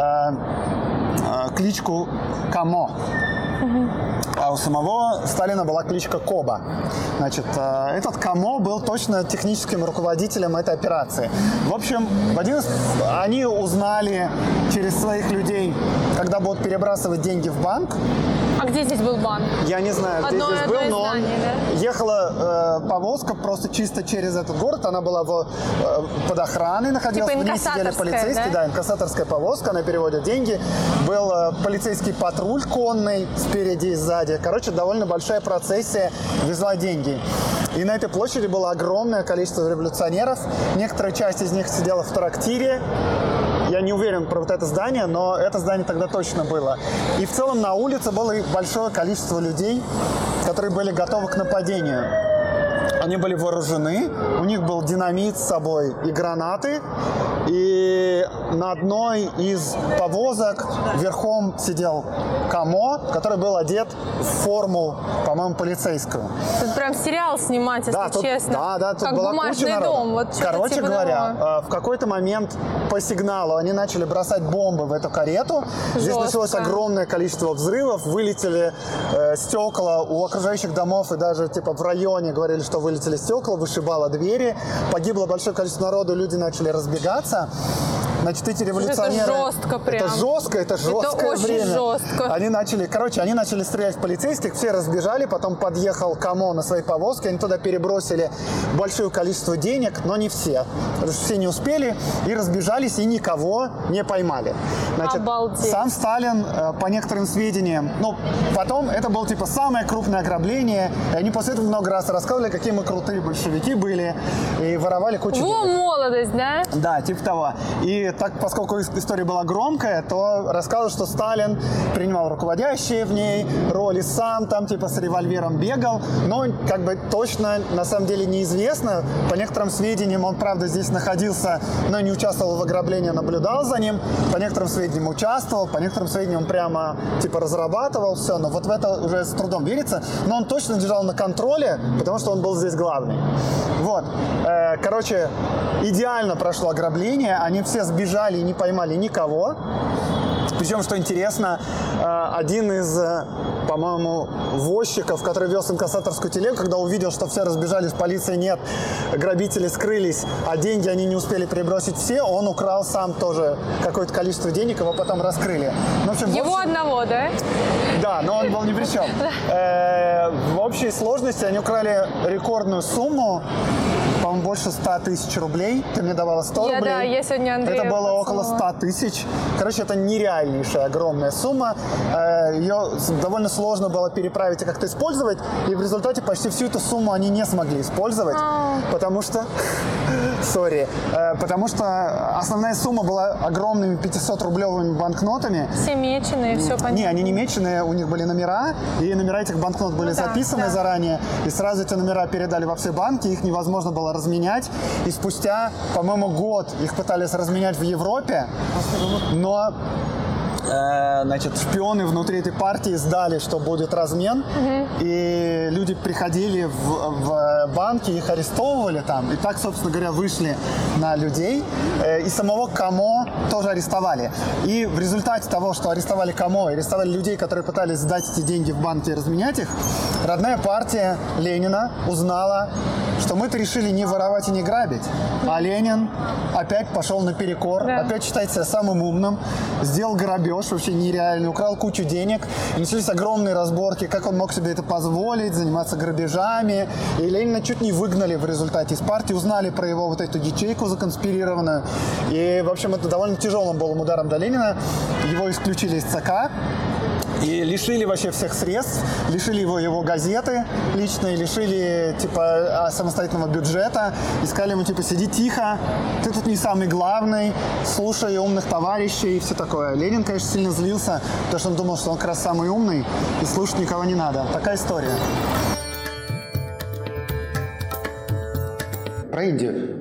D: кличку Камо. А у самого Сталина была кличка Коба. Значит, этот Камо был точно техническим руководителем этой операции. В общем, они узнали через своих людей, когда будут перебрасывать деньги в банк.
A: А где здесь был банк?
D: Я не знаю, где здесь был, но ехала повозка просто чисто через этот город. Она была под охраной, находилась. В ней сидели полицейские, да, инкассаторская повозка, она переводит деньги. Был полицейский патруль конный спереди и сзади. Короче, довольно большая процессия везла деньги. И на этой площади было огромное количество революционеров. Некоторая часть из них сидела в трактире. Я не уверен про это здание, но это здание тогда точно было. И в целом на улице было большое количество людей, которые были готовы к нападению. они были вооружены, у них был динамит с собой и гранаты, и на одной из повозок верхом сидел Камо, который был одет в форму, по-моему, полицейскую.
A: Тут прям сериал снимать, если честно.
D: Да, тут
A: как
D: была
A: «Бумажный
D: куча
A: дом».
D: народа.
A: Вот
D: Короче
A: типа
D: говоря,
A: того.
D: в какой-то момент по сигналу они начали бросать бомбы в эту карету. Здесь
A: Жестко.
D: началось огромное количество взрывов, вылетели стекла у окружающих домов, и даже типа в районе говорили, что вылетели стекла, вышибало двери, погибло большое количество народу, люди начали разбегаться. Значит, эти революционеры...
A: Это жестко прям.
D: Это жесткое
A: Это очень
D: время.
A: жестко.
D: Они начали стрелять в полицейских, все разбежали, потом подъехал Камо на своей повозке, они туда перебросили большое количество денег, но не все. Потому что все не успели и разбежались, и никого не поймали. Значит,
A: Обалдеть.
D: сам Сталин, по некоторым сведениям, потом это было типа самое крупное ограбление, и они после этого много раз рассказывали, какие мы крутые большевики были, и воровали кучу денег.
A: Во, молодость, да?
D: Да, типа того. И так, поскольку история была громкая, то рассказывал, что Сталин принимал руководящие в ней роли, сам там типа с револьвером бегал, но как бы точно на самом деле неизвестно. По некоторым сведениям он, правда, здесь находился, но не участвовал в ограблении, наблюдал за ним. По некоторым сведениям участвовал, по некоторым сведениям он прямо типа разрабатывал все, но вот в это уже с трудом верится. Но он точно держал на контроле, потому что он был здесь главный. Вот. Короче, идеально прошло ограбление, они все сбежали и не поймали никого. Причем, что интересно, один из, по-моему, возчиков, который вез инкассаторскую телегу, когда увидел, что все разбежались, полиции нет, грабители скрылись, а деньги они не успели перебросить все, он украл сам тоже какое-то количество денег, его потом раскрыли. Ну, в общем,
A: Его одного, да?
D: Да, но он был ни при чем. В общей сложности они украли рекордную сумму, по-моему, больше 100 тысяч рублей. Ты мне давала 100 рублей.
A: Да, я сегодня Андрею
D: Это было около
A: подсунула.
D: 100 тысяч. Короче, это нереальнейшая огромная сумма. Ее довольно сложно было переправить и как-то использовать. И в результате почти всю эту сумму они не смогли использовать. Потому что... Потому что основная сумма была огромными 500-рублевыми банкнотами.
A: Все меченые, все понятно.
D: Не, они не меченые, у них были номера, и номера этих банкнот были записаны заранее, и сразу эти номера передали во все банки, их невозможно было разменять, и спустя, по-моему, год их пытались разменять в Европе, но значит, шпионы внутри этой партии сдали, что будет размен, и люди приходили в банки, их арестовывали там, и так, собственно говоря, вышли на людей, и самого Камо тоже арестовали. И в результате того, что арестовали Камо, арестовали людей, которые пытались сдать эти деньги в банки и разменять их, родная партия Ленина узнала, что мы-то решили не воровать и не грабить, а Ленин опять пошел наперекор, опять считает себя самым умным, сделал грабеж, вообще нереальный, украл кучу денег, и начались огромные разборки, как он мог себе это позволить, заниматься грабежами, и Ленина чуть не выгнали в результате из партии, узнали про его вот эту ячейку законспирированную, и, в общем, это довольно тяжелым был ударом для Ленина, его исключили из ЦК, и лишили вообще всех средств, лишили его газеты личные, лишили типа самостоятельного бюджета, и сказали ему типа сиди тихо, ты тут не самый главный, слушай умных товарищей и все такое. Ленин, конечно, сильно злился, потому что он думал, что он как раз самый умный и слушать никого не надо. Такая история.
C: Про Индию.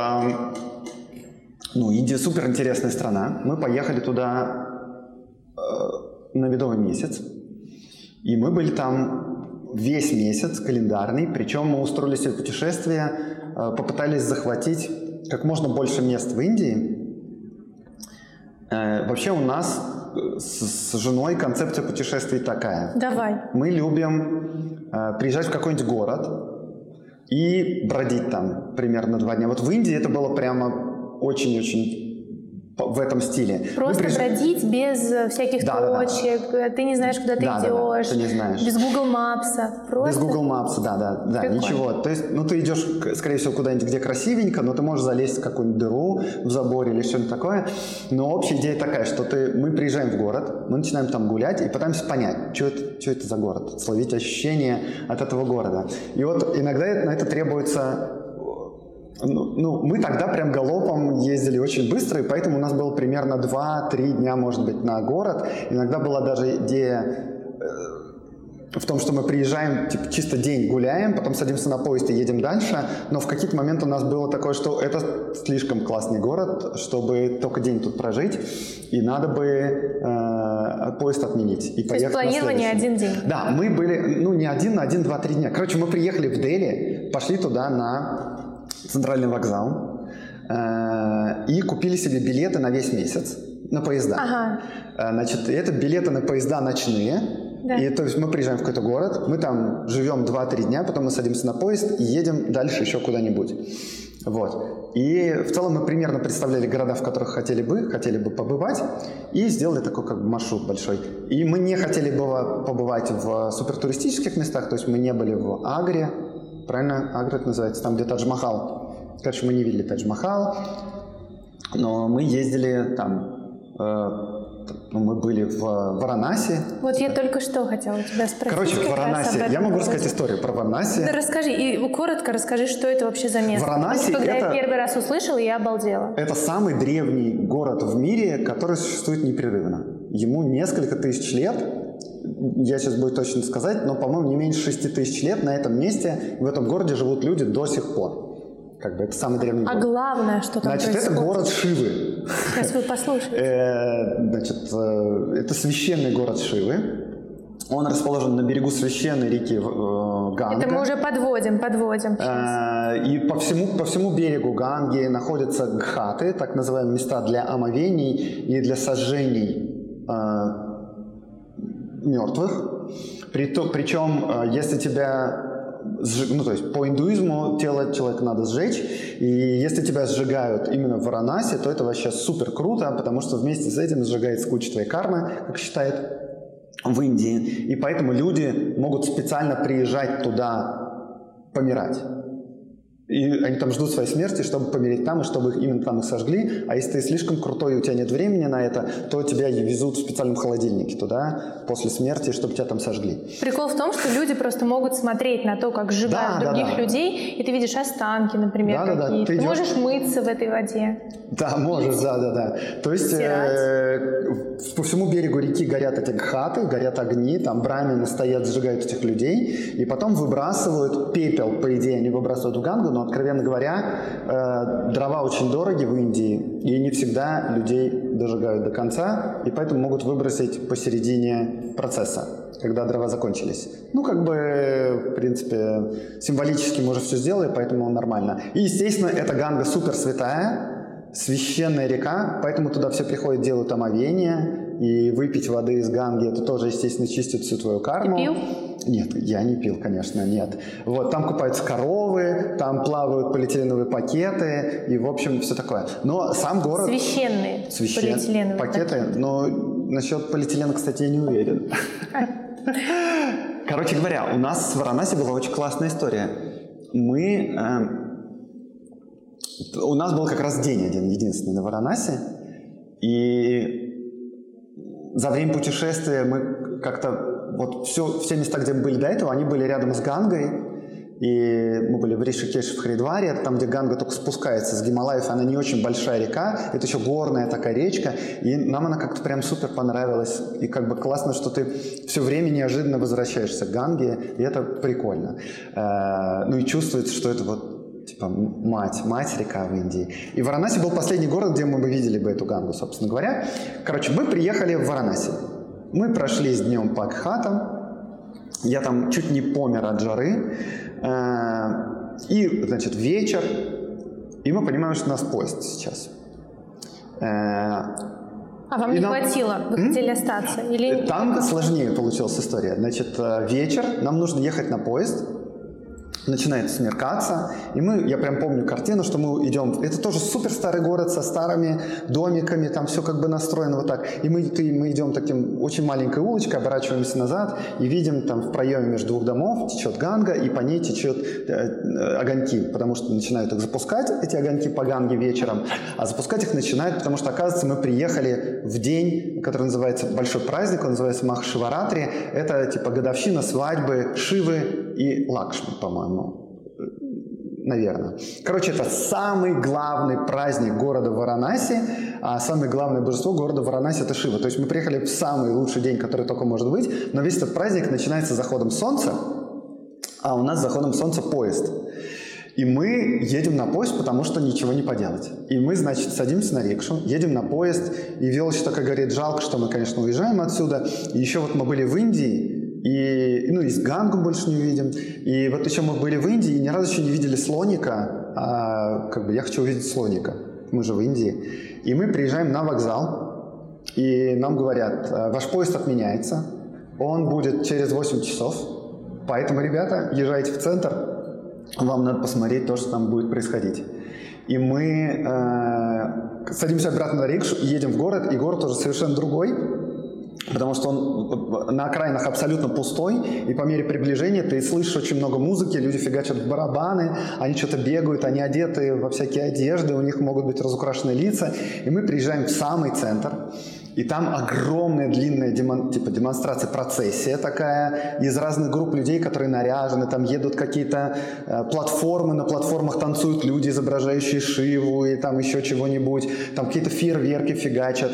C: Индия супер интересная страна. Мы поехали туда на медовый месяц. И мы были там весь месяц календарный. Причем мы устроили себе путешествие, попытались захватить как можно больше мест в Индии. Вообще у нас с женой концепция путешествий такая.
A: Давай.
C: Мы любим приезжать в какой-нибудь город и бродить там примерно 2 дня. Вот в Индии это было прямо очень-очень в этом стиле.
A: Просто бродить без всяких точек, ты не знаешь, куда ты идешь,
C: ты не знаешь.
A: без Google Maps, просто...
C: Без Google Maps, да, ничего. То есть, ты идешь, скорее всего, куда-нибудь, где красивенько, но ты можешь залезть в какую-нибудь дыру в заборе или что-нибудь такое. Но общая идея такая, что мы приезжаем в город, мы начинаем там гулять и пытаемся понять, что это за город, словить ощущение от этого города. И вот иногда на это требуется... мы тогда прям галопом ездили очень быстро, и поэтому у нас было примерно 2-3 дня, может быть, на город. Иногда была даже идея в том, что мы приезжаем, типа, чисто день гуляем, потом садимся на поезд и едем дальше, но в какие-то моменты у нас было такое, что это слишком классный город, чтобы только день тут прожить, и надо бы поезд отменить и
A: поехать. То есть планирование один день?
C: Да, мы были, не один, на 1-2-3 дня. Короче, мы приехали в Дели, пошли туда на центральный вокзал и купили себе билеты на весь месяц, на поезда.
A: Ага.
C: Значит, это билеты на поезда ночные.
A: Да.
C: И то есть мы приезжаем в какой-то город, мы там живем 2-3 дня, потом мы садимся на поезд и едем дальше еще куда-нибудь. Вот. И в целом мы примерно представляли города, в которых хотели бы побывать, и сделали такой как бы маршрут большой. И мы не хотели было побывать в супертуристических местах, то есть мы не были в Агре, правильно? Агра это называется, там где Тадж-Махал. Короче, мы не видели Тадж-Махал, но мы ездили там... мы были в Варанаси.
A: Вот я только что хотела тебя спросить.
C: Короче, в Варанаси. Я могу рассказать историю про Варанаси.
A: Да расскажи, и коротко расскажи, что это вообще за место.
C: Варанаси
A: когда я первый раз услышала, я обалдела.
C: Это самый древний город в мире, который существует непрерывно. Ему несколько тысяч лет. Я сейчас буду точно сказать, но, по-моему, не меньше 6 тысяч лет на этом месте, в этом городе живут люди до сих пор. Как бы это самый древний город.
A: А главное, что там
C: Значит,
A: происходит?
C: это город Шивы.
A: Сейчас вы послушаете.
C: Значит, это священный город Шивы. Он расположен на берегу священной реки Ганга.
A: Это мы уже подводим
C: И по всему берегу Ганги находятся гхаты, так называемые места для омовений и для сожжений мертвых. Причем, если тебя... то есть по индуизму тело человека надо сжечь, и если тебя сжигают именно в Варанаси, то это вообще супер круто, потому что вместе с этим сжигается куча твоей кармы, как считают в Индии, и поэтому люди могут специально приезжать туда помирать. И они там ждут своей смерти, чтобы помереть там, и чтобы их именно там их сожгли. А если ты слишком крутой и у тебя нет времени на это, то тебя везут в специальном холодильнике туда после смерти, чтобы тебя там сожгли.
A: Прикол в том, что люди просто могут смотреть на то, как сжигают других людей, и ты видишь останки, например, какие-то. Ты можешь мыться в этой воде.
C: Да, можешь, да. То есть по всему берегу реки горят эти гхаты, горят огни, там брамины стоят, сжигают этих людей, и потом выбрасывают пепел, по идее, они выбрасывают в Гангу, но, откровенно говоря, дрова очень дороги в Индии, и не всегда людей дожигают до конца, и поэтому могут выбросить посередине процесса, когда дрова закончились. В принципе, символически мы уже все сделали, поэтому нормально. И, естественно, эта Ганга супер святая, священная река, поэтому туда все приходят, делают омовение, и выпить воды из Ганги, это тоже, естественно, чистит всю твою карму.
A: Ты пил?
C: Нет, я не пил, конечно, нет. Вот, там купаются коровы, там плавают полиэтиленовые пакеты, и, в общем, все такое. Но сам город...
A: Священные полиэтиленовые
C: пакеты. Но насчет полиэтилена, кстати, я не уверен. Короче говоря, у нас в Варанаси была очень классная история. У нас был как раз день один, единственный, на Варанаси, и за время путешествия мы как-то... все места, где мы были до этого, они были рядом с Гангой, и мы были в Ришикеше, в Харидваре, это там, где Ганга только спускается с Гималаев, она не очень большая река, это еще горная такая речка, и нам она как-то прям супер понравилась, и как бы классно, что ты все время неожиданно возвращаешься к Ганге, и это прикольно. И чувствуется, что это типа мать река в Индии. И Варанаси был последний город, где мы бы видели бы эту Гангу, собственно говоря. Короче, мы приехали в Варанаси. Мы прошлись днем по гхатам. Я там чуть не помер от жары. И, значит, вечер. И мы понимаем, что у нас поезд сейчас.
A: А вам не хватило? Вы хотели остаться? Или...
C: Там сложнее получилась история. Значит, вечер. Нам нужно ехать на поезд. Начинает смеркаться, и я прям помню картину, что мы идем, это тоже супер старый город со старыми домиками, там все как бы настроено вот так, и мы идем таким очень маленькой улочкой, оборачиваемся назад и видим там в проеме между двух домов течет Ганга, и по ней течет огоньки, потому что начинают их запускать, эти огоньки по Ганге вечером, а запускать их начинают, потому что, оказывается, мы приехали в день, который называется, большой праздник, он называется Махашиваратри, это типа годовщина свадьбы Шивы и Лакшми, по-моему. наверное. Короче, это самый главный праздник города Варанаси, а самое главное божество города Варанаси – это Шива. То есть мы приехали в самый лучший день, который только может быть, но весь этот праздник начинается с заходом солнца, а у нас с заходом солнца поезд. И мы едем на поезд, потому что ничего не поделать. И мы, значит, садимся на рикшу, едем на поезд, и Велочка такая говорит, жалко, что мы, конечно, уезжаем отсюда. И еще вот мы были в Индии, и из Гангу больше не увидим. И вот еще мы были в Индии, и ни разу еще не видели слоника, а я хочу увидеть слоника. Мы же в Индии. И мы приезжаем на вокзал, и нам говорят, ваш поезд отменяется, он будет через 8 часов, поэтому, ребята, езжайте в центр, вам надо посмотреть то, что там будет происходить. И мы садимся обратно на рикшу, едем в город, и город уже совершенно другой, потому что он на окраинах абсолютно пустой, и по мере приближения ты слышишь очень много музыки, люди фигачат в барабаны, они что-то бегают, они одеты во всякие одежды, у них могут быть разукрашенные лица, и мы приезжаем в самый центр. И там огромная длинная демонстрация, процессия такая из разных групп людей, которые наряжены, там едут какие-то платформы, на платформах танцуют люди, изображающие Шиву и там еще чего-нибудь, там какие-то фейерверки фигачат.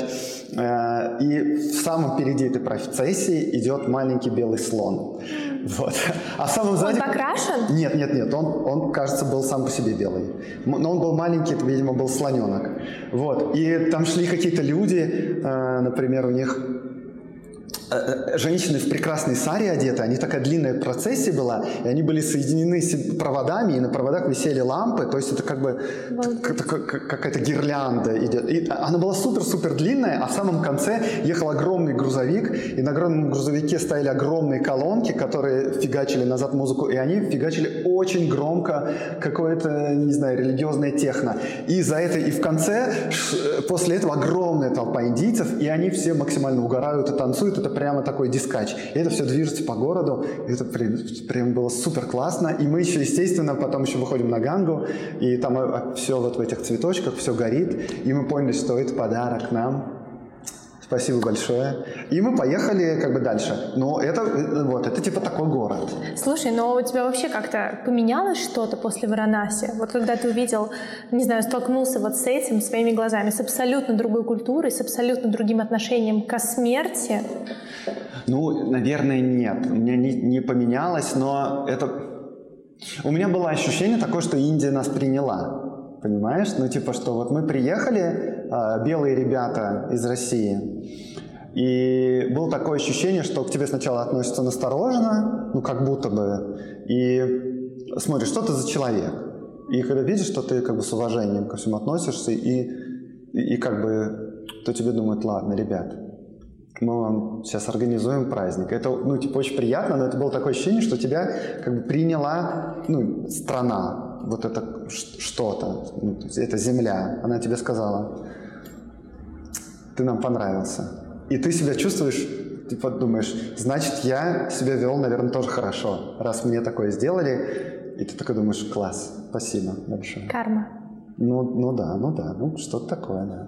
C: И в самом впереди этой процессии идет маленький белый слон. Вот. А в самом сзади...
A: Он покрашен?
C: Нет, он, кажется, был сам по себе белый. Но он был маленький, это, видимо, был слоненок. Вот. И там шли какие-то люди, например, у них женщины в прекрасной саре одеты, они такая длинная процессия была, и они были соединены проводами, и на проводах висели лампы, то есть это как бы какая-то гирлянда идет. И она была супер-супер длинная, а в самом конце ехал огромный грузовик, и на огромном грузовике стояли огромные колонки, которые фигачили назад музыку, и они фигачили очень громко какое-то, не знаю, религиозное техно. И за это, и в конце, после этого огромная толпа индийцев, и они все максимально угорают и танцуют, это прямо такой дискач. И это все движется по городу. И это прям было супер классно. И мы еще, естественно, потом еще выходим на Гангу, и там все вот в этих цветочках, все горит. И мы поняли, что это подарок нам. Спасибо большое. И мы поехали как бы дальше. Но это типа такой город.
A: Слушай, но у тебя вообще как-то поменялось что-то после Варанаси? Вот когда ты увидел, не знаю, столкнулся вот с этим своими глазами, с абсолютно другой культурой, с абсолютно другим отношением ко смерти?
C: Ну, наверное, нет. У меня не поменялось, но это... У меня было ощущение такое, что Индия нас приняла. Понимаешь? Ну, типа, что вот мы приехали, белые ребята из России, и было такое ощущение, что к тебе сначала относятся настороженно, ну, как будто бы, и смотришь, что ты за человек. И когда видишь, что ты как бы с уважением ко всему относишься, и как бы, то тебе думают, ладно, ребят, мы вам сейчас организуем праздник. Это, ну, типа, очень приятно, но это было такое ощущение, что тебя как бы приняла, ну, страна. Вот это что-то, это земля, она тебе сказала, ты нам понравился. И ты себя чувствуешь, типа думаешь, значит, я себя вел, наверное, тоже хорошо, раз мне такое сделали, и ты такой думаешь, класс, спасибо большое.
A: Карма.
C: Ну да, что-то такое, да.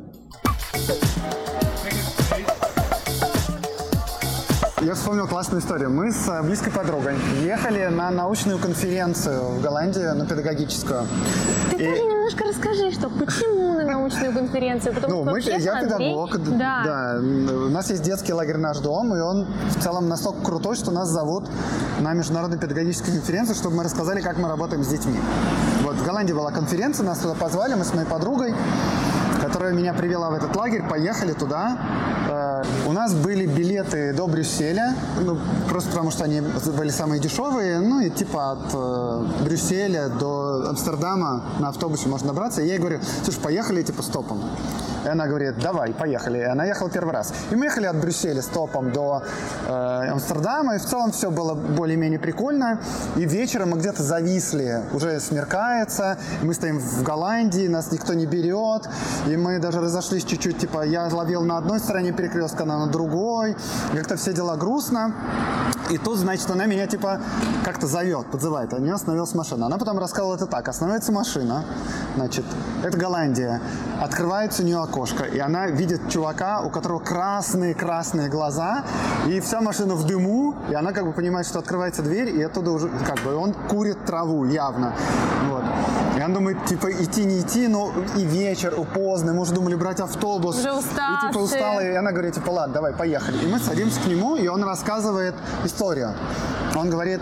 C: Я вспомнил классную историю. Мы с близкой подругой ехали на научную конференцию в Голландию, на педагогическую.
A: Ты тоже немножко расскажи, почему на научную конференцию? Потому что
C: я педагог.
A: Да.
C: У нас есть детский лагерь «Наш дом», и он в целом настолько крутой, что нас зовут на международную педагогическую конференцию, чтобы мы рассказали, как мы работаем с детьми. Вот в Голландии была конференция, нас туда позвали, мы с моей подругой, которая меня привела в этот лагерь, поехали туда. У нас были билеты до Брюсселя, ну, просто потому что они были самые дешевые, ну и типа от Брюсселя до Амстердама на автобусе можно добраться. И я ей говорю, слушай, поехали типа стопом. И она говорит, давай, поехали. И она ехала первый раз. И мы ехали от Брюсселя стопом до Амстердама, и в целом все было более-менее прикольно. И вечером мы где-то зависли, уже смеркается, мы стоим в Голландии, нас никто не берет, и мы даже разошлись чуть-чуть, типа я ловил на одной стороне перекрестка, она на другой, как-то все дела грустно. И тут, значит, она меня типа как-то зовет, подзывает, а у нее остановилась машина. Она потом рассказывала это так, останавливается машина, значит, это Голландия, открывается у нее окошко, и она видит чувака, у которого красные глаза, и вся машина в дыму, и она как бы понимает, что открывается дверь, и оттуда уже как бы он курит траву явно, вот.
D: И он думает, типа, идти, не идти, но и вечер, и поздно, мы уже думали брать автобус.
A: Уже
D: И типа усталые, и она говорит, типа, ладно, давай, поехали. И мы садимся к нему, и он рассказывает историю. Он говорит,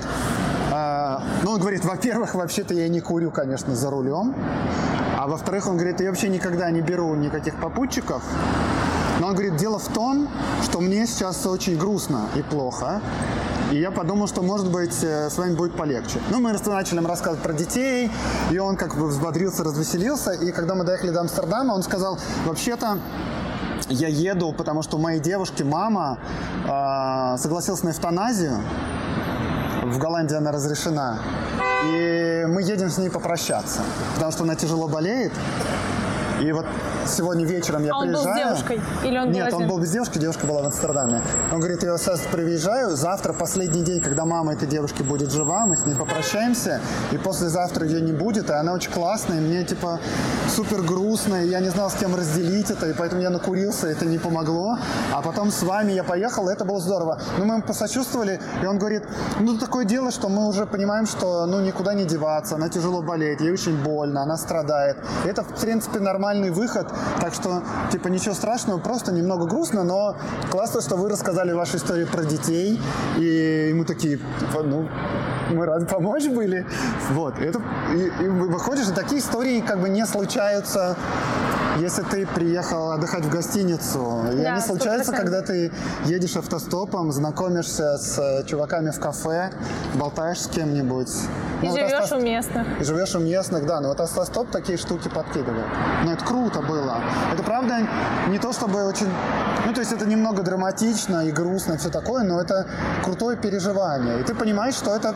D: во-первых, вообще-то я не курю, конечно, за рулем. А во-вторых, он говорит, я вообще никогда не беру никаких попутчиков. Но он говорит, дело в том, что мне сейчас очень грустно и плохо. И я подумал, что, может быть, с вами будет полегче. Ну, мы начали нам рассказывать про детей, и он как бы взбодрился, развеселился. И когда мы доехали до Амстердама, он сказал, вообще-то, я еду, потому что у моей девушки мама согласилась на эвтаназию. В Голландии она разрешена. И мы едем с ней попрощаться, потому что она тяжело болеет. И вот сегодня вечером я приезжаю.
A: Он был с девушкой? Или он был
D: Нет,
A: один?
D: он был без девушки, девушка была в Амстердаме. Он говорит, я сейчас приезжаю, завтра последний день, когда мама этой девушки будет жива, мы с ней попрощаемся, и послезавтра ее не будет, и она очень классная, и мне типа супер грустно, и я не знал, с кем разделить это, и поэтому я накурился, это не помогло. А потом с вами я поехал, и это было здорово. Но мы ему посочувствовали, и он говорит, ну такое дело, что мы уже понимаем, что никуда не деваться, она тяжело болеет, ей очень больно, она страдает. И это, в принципе, нормальный выход. Так что, типа, ничего страшного, просто немного грустно, но классно, что вы рассказали вашу историю про детей, и мы такие, типа, мы рады помочь были. Вот, и выходишь, и такие истории как бы не случаются, если ты приехал отдыхать в гостиницу. И они случаются, когда ты едешь автостопом, знакомишься с чуваками в кафе, болтаешь с кем-нибудь.
A: И живешь у местных.
D: И живешь у местных, да. Но вот автостоп такие штуки подкидывает. Но это круто было. Это, правда, не то чтобы очень... Ну, то есть это немного драматично и грустно и все такое, но это крутое переживание. И ты понимаешь, что это,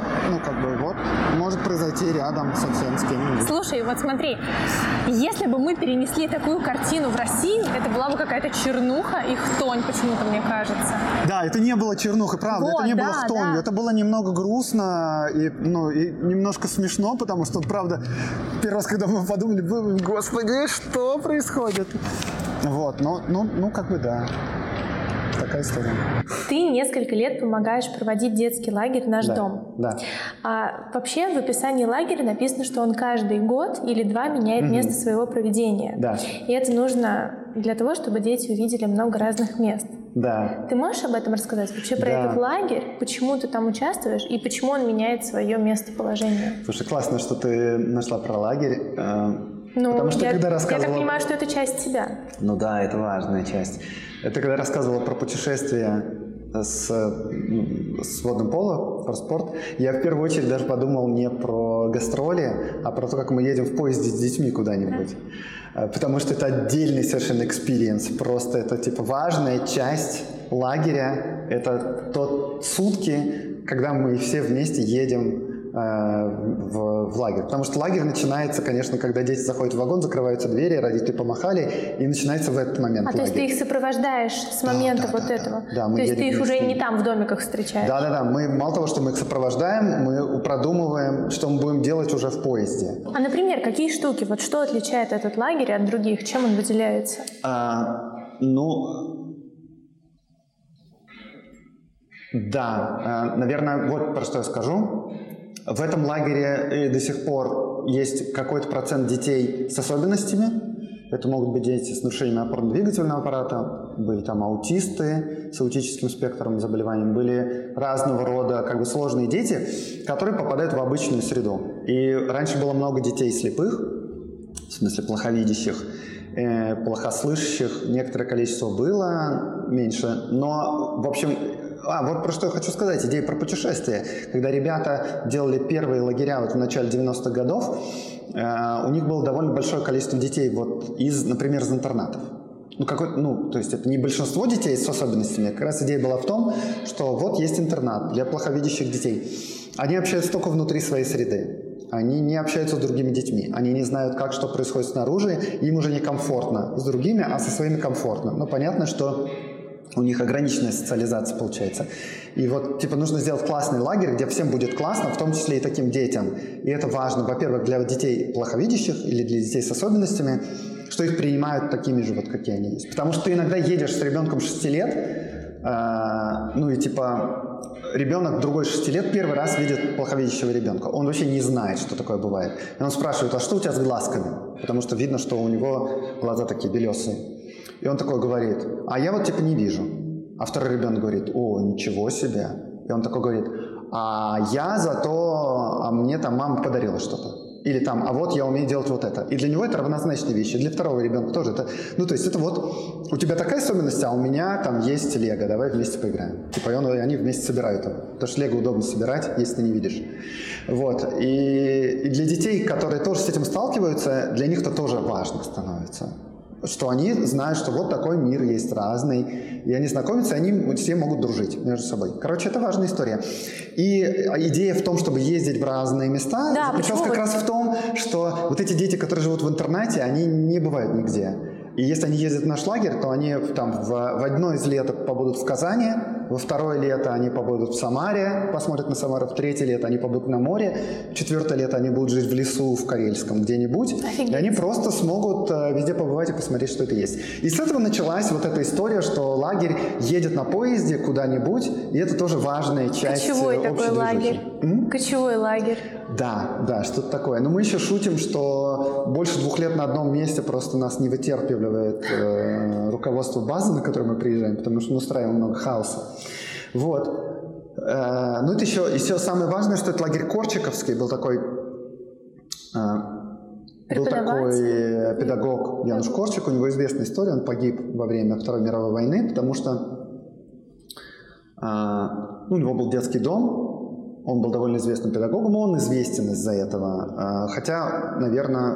D: может произойти рядом совсем с кем-нибудь.
A: Слушай, вот смотри, если бы мы перенесли такую картину в Россию, это была бы какая-то чернуха и хтонь, почему-то, мне кажется.
D: Да, это не было чернухой, правда,
A: Вот,
D: это не было хтонью,
A: да.
D: это было немного грустно и немножко смешно, потому что, правда, первый раз, когда мы подумали, господи, что происходит? Вот, да. Такая история.
A: Ты несколько лет помогаешь проводить детский лагерь «Наш дом».
C: Да.
A: А вообще в описании лагеря написано, что он каждый год или два меняет место своего проведения.
C: Да.
A: И это нужно для того, чтобы дети увидели много разных мест.
C: Да.
A: Ты можешь об этом рассказать? Вообще про этот лагерь, почему ты там участвуешь и почему он меняет свое местоположение?
C: Слушай, классно, что ты нашла про лагерь. Потому что когда рассказывала...
A: Я так понимаю, что это часть тебя.
C: Ну да, это важная часть. Это когда рассказывала про путешествия с водным поло, про спорт, я в первую очередь даже подумал не про гастроли, а про то, как мы едем в поезде с детьми куда-нибудь. Потому что это отдельный совершенно экспириенс. Просто это типа важная часть лагеря. Это тот сутки, когда мы все вместе едем в лагерь. Потому что лагерь начинается, конечно, когда дети заходят в вагон, закрываются двери, родители помахали, и начинается в этот момент лагерь.
A: То есть ты их сопровождаешь с момента этого?
C: Да,
A: то есть ты их уже не там в домиках встречаешь?
C: Да. Мы мало того, что мы их сопровождаем, мы продумываем, что мы будем делать уже в поезде.
A: А, например, какие штуки? Вот что отличает этот лагерь от других? Чем он выделяется?
C: Наверное, вот про что я скажу. В этом лагере до сих пор есть какой-то процент детей с особенностями. Это могут быть дети с нарушением опорно-двигательного аппарата, были там аутисты с аутическим спектром заболеваний, были разного рода сложные дети, которые попадают в обычную среду. И раньше было много детей слепых, в смысле плоховидящих, плохослышащих, некоторое количество было, меньше, но, в общем... вот про что я хочу сказать, идея про путешествия. Когда ребята делали первые лагеря в начале 90-х годов, у них было довольно большое количество детей, например, из интернатов. То есть это не большинство детей с особенностями, как раз идея была в том, что есть интернат для плоховидящих детей. Они общаются только внутри своей среды. Они не общаются с другими детьми. Они не знают, что происходит снаружи. Им уже некомфортно с другими, а со своими комфортно. Но понятно, что у них ограниченная социализация получается. И нужно сделать классный лагерь, где всем будет классно, в том числе и таким детям. И это важно, во-первых, для детей плоховидящих или для детей с особенностями, что их принимают такими же, какие они есть. Потому что ты иногда едешь с ребенком 6 лет, ребенок другой 6 лет первый раз видит плоховидящего ребенка. Он вообще не знает, что такое бывает. И он спрашивает, а что у тебя с глазками? Потому что видно, что у него глаза такие белесые. И он такой говорит, а я вот типа не вижу. А второй ребенок говорит, о, ничего себе. И он такой говорит, а мне там мама подарила что-то. Или там, а вот я умею делать вот это. И для него это равнозначные вещи. Для второго ребенка тоже это. Ну, то есть это вот, у тебя такая особенность, а у меня там есть лего, давай вместе поиграем. Типа, они вместе собирают его. Потому что лего удобно собирать, если ты не видишь. Вот. И для детей, которые тоже с этим сталкиваются, для них это тоже важно становится. Что они знают, что вот такой мир есть разный, и они знакомятся, и они все могут дружить между собой. Короче, это важная история. И идея в том, чтобы ездить в разные места, заключалась как раз в том, что вот эти дети, которые живут в интернате, они не бывают нигде. И если они ездят в наш лагерь, то они там в одно из лет побудут в Казани, во второе лето они побудут в Самаре, посмотрят на Самару, в третье лето они побудут на море, в четвертое лето они будут жить в лесу, в Карельском где-нибудь. Офигеть. И они просто смогут везде побывать и посмотреть, что это есть. И с этого началась вот эта история, что лагерь едет на поезде куда-нибудь, и это тоже важная часть
A: Кочевой
C: общей
A: такой
C: движухи.
A: лагерь. Кочевой лагерь.
C: Да, что-то такое. Но мы еще шутим, что больше 2 лет на одном месте просто нас не вытерпевает руководство базы, на которую мы приезжаем, потому что мы устраиваем много хаоса. Вот. Ну, это еще самое важное, что это лагерь Корчиковский, был такой педагог Януш Корчик, у него известная история, он погиб во время Второй мировой войны, потому что у него был детский дом. Он был довольно известным педагогом, он известен из-за этого. Хотя, наверное,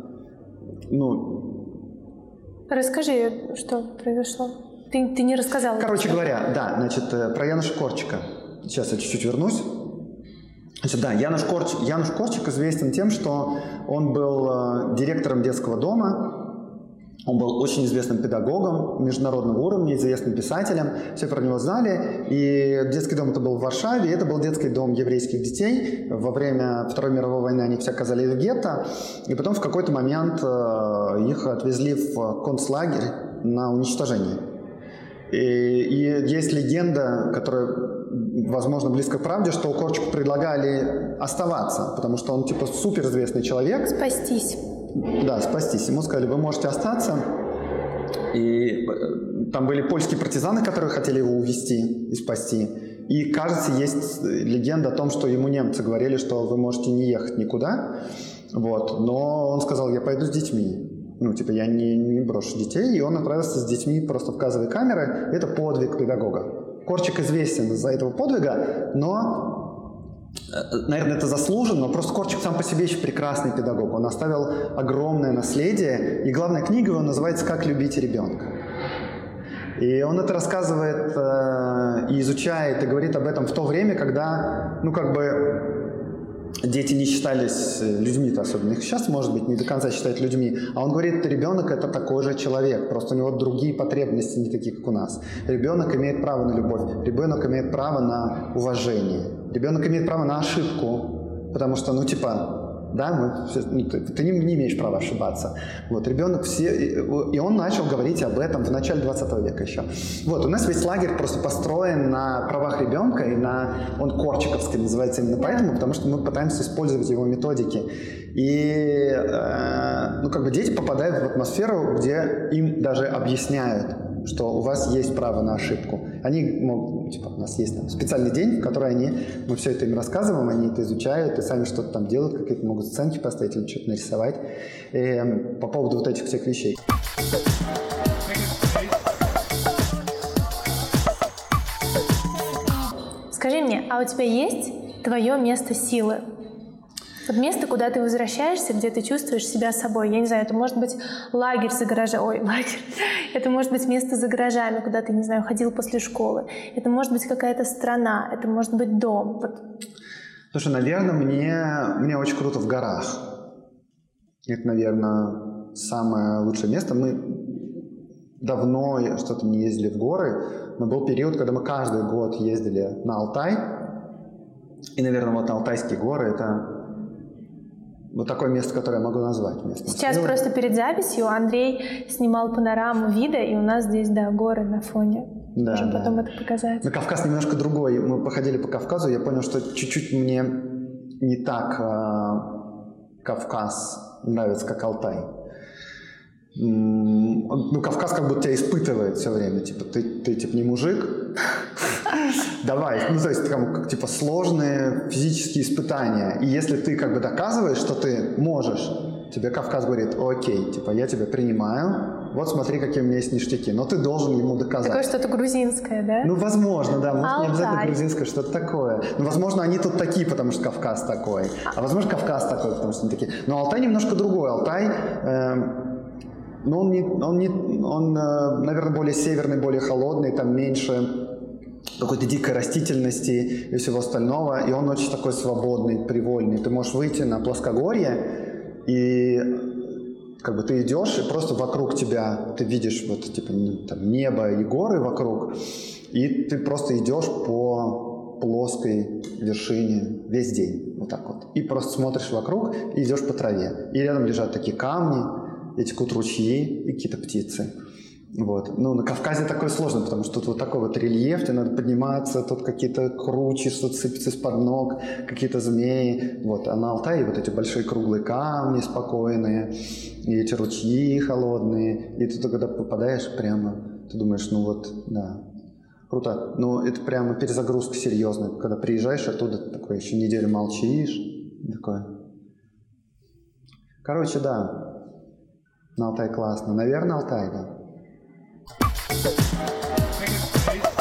A: Расскажи, что произошло. Ты не рассказал.
C: Короче говоря, да, значит, про Януша Корчика. Сейчас я чуть-чуть вернусь. Значит, да, Януш Корчик известен тем, что он был директором детского дома. Он был очень известным педагогом международного уровня, известным писателем. Все про него знали. И детский дом это был в Варшаве. Это был детский дом еврейских детей. Во время Второй мировой войны они все оказались в гетто. И потом в какой-то момент их отвезли в концлагерь на уничтожение. И есть легенда, которая, возможно, близко к правде, что Корчику предлагали оставаться, потому что он типа суперизвестный человек.
A: Спастись.
C: Да, спастись. Ему сказали, вы можете остаться. И там были польские партизаны, которые хотели его увезти и спасти. И, кажется, есть легенда о том, что ему немцы говорили, что вы можете не ехать никуда. Вот. Но он сказал, я пойду с детьми. Я не брошу детей. И он отправился с детьми просто в газовые камеры. Это подвиг педагога. Корчик известен из-за этого подвига, но, наверное, это заслуженно. Но просто Корчик сам по себе еще прекрасный педагог. Он оставил огромное наследие. И главная книга его называется «Как любить ребенка». И он это рассказывает и изучает, и говорит об этом в то время, когда, дети не считались людьми-то особенно. Их сейчас, может быть, не до конца считают людьми. А он говорит, ребенок – это такой же человек. Просто у него другие потребности, не такие, как у нас. Ребенок имеет право на любовь. Ребенок имеет право на уважение. Ребенок имеет право на ошибку. Потому что, ты не имеешь права ошибаться. Вот, ребенок и он начал говорить об этом в начале 20 века еще. Вот, у нас весь лагерь просто построен на правах ребенка, и он Корчиковский называется именно поэтому, потому что мы пытаемся использовать его методики. И, дети попадают в атмосферу, где им даже объясняют, что у вас есть право на ошибку. Они могут, у нас есть специальный день, в который мы все это им рассказываем, они это изучают и сами что-то там делают, какие-то могут сценки поставить или что-то нарисовать по поводу вот этих всех вещей.
A: Скажи мне, а у тебя есть твое место силы? Вот место, куда ты возвращаешься, где ты чувствуешь себя собой. Я не знаю, это может быть лагерь за гаражами. Это может быть место за гаражами, куда ты, не знаю, ходил после школы. Это может быть какая-то страна, это может быть дом.
C: Слушай, наверное, мне очень круто в горах. Это, наверное, самое лучшее место. Мы давно что-то не ездили в горы, но был период, когда мы каждый год ездили на Алтай. И, наверное, вот Алтайские горы – это вот такое место, которое я могу назвать местом.
A: Сейчас просто перед записью Андрей снимал панораму вида, и у нас здесь, горы на фоне.
C: Да,
A: Можем
C: да.
A: потом это показать.
C: Но Кавказ немножко другой. Мы походили по Кавказу, я понял, что чуть-чуть мне не так Кавказ нравится, как Алтай. Ну, Кавказ как будто тебя испытывает все время. Типа, ты типа не мужик. Давай. Ну, то есть, там, типа, сложные физические испытания. И если ты как бы доказываешь, что ты можешь, тебе Кавказ говорит: окей, типа, я тебя принимаю, вот смотри, какие у меня есть ништяки. Но ты должен ему доказать.
A: Такое что-то грузинское, да?
C: Ну, возможно, да. Может, не обязательно
A: Алтай.
C: грузинское, что-то такое. Ну, возможно, они тут такие, потому что Кавказ такой. А возможно, Кавказ такой, потому что они такие. Но Алтай немножко другой. Алтай, он, наверное, более северный, более холодный, там меньше какой-то дикой растительности и всего остального. И он очень такой свободный, привольный. Ты можешь выйти на плоскогорье, и как бы ты идешь, и просто вокруг тебя ты видишь вот типа там небо и горы вокруг, и ты просто идешь по плоской вершине весь день, вот так вот. И просто смотришь вокруг и идешь по траве. И рядом лежат такие камни, и текут ручьи, и какие-то птицы. Вот. Ну, на Кавказе такое сложно, потому что тут вот такой вот рельеф, тебе надо подниматься, тут какие-то кручи, что-то сыпется из-под ног, какие-то змеи. Вот. А на Алтае вот эти большие круглые камни спокойные, и эти ручьи холодные. И ты когда попадаешь прямо, ты думаешь, ну вот, да, круто. Но это прямо перезагрузка серьезная. Когда приезжаешь оттуда, такой еще неделю молчишь. Такое. Короче, да. На Алтай классно. Наверное, Алтай, да.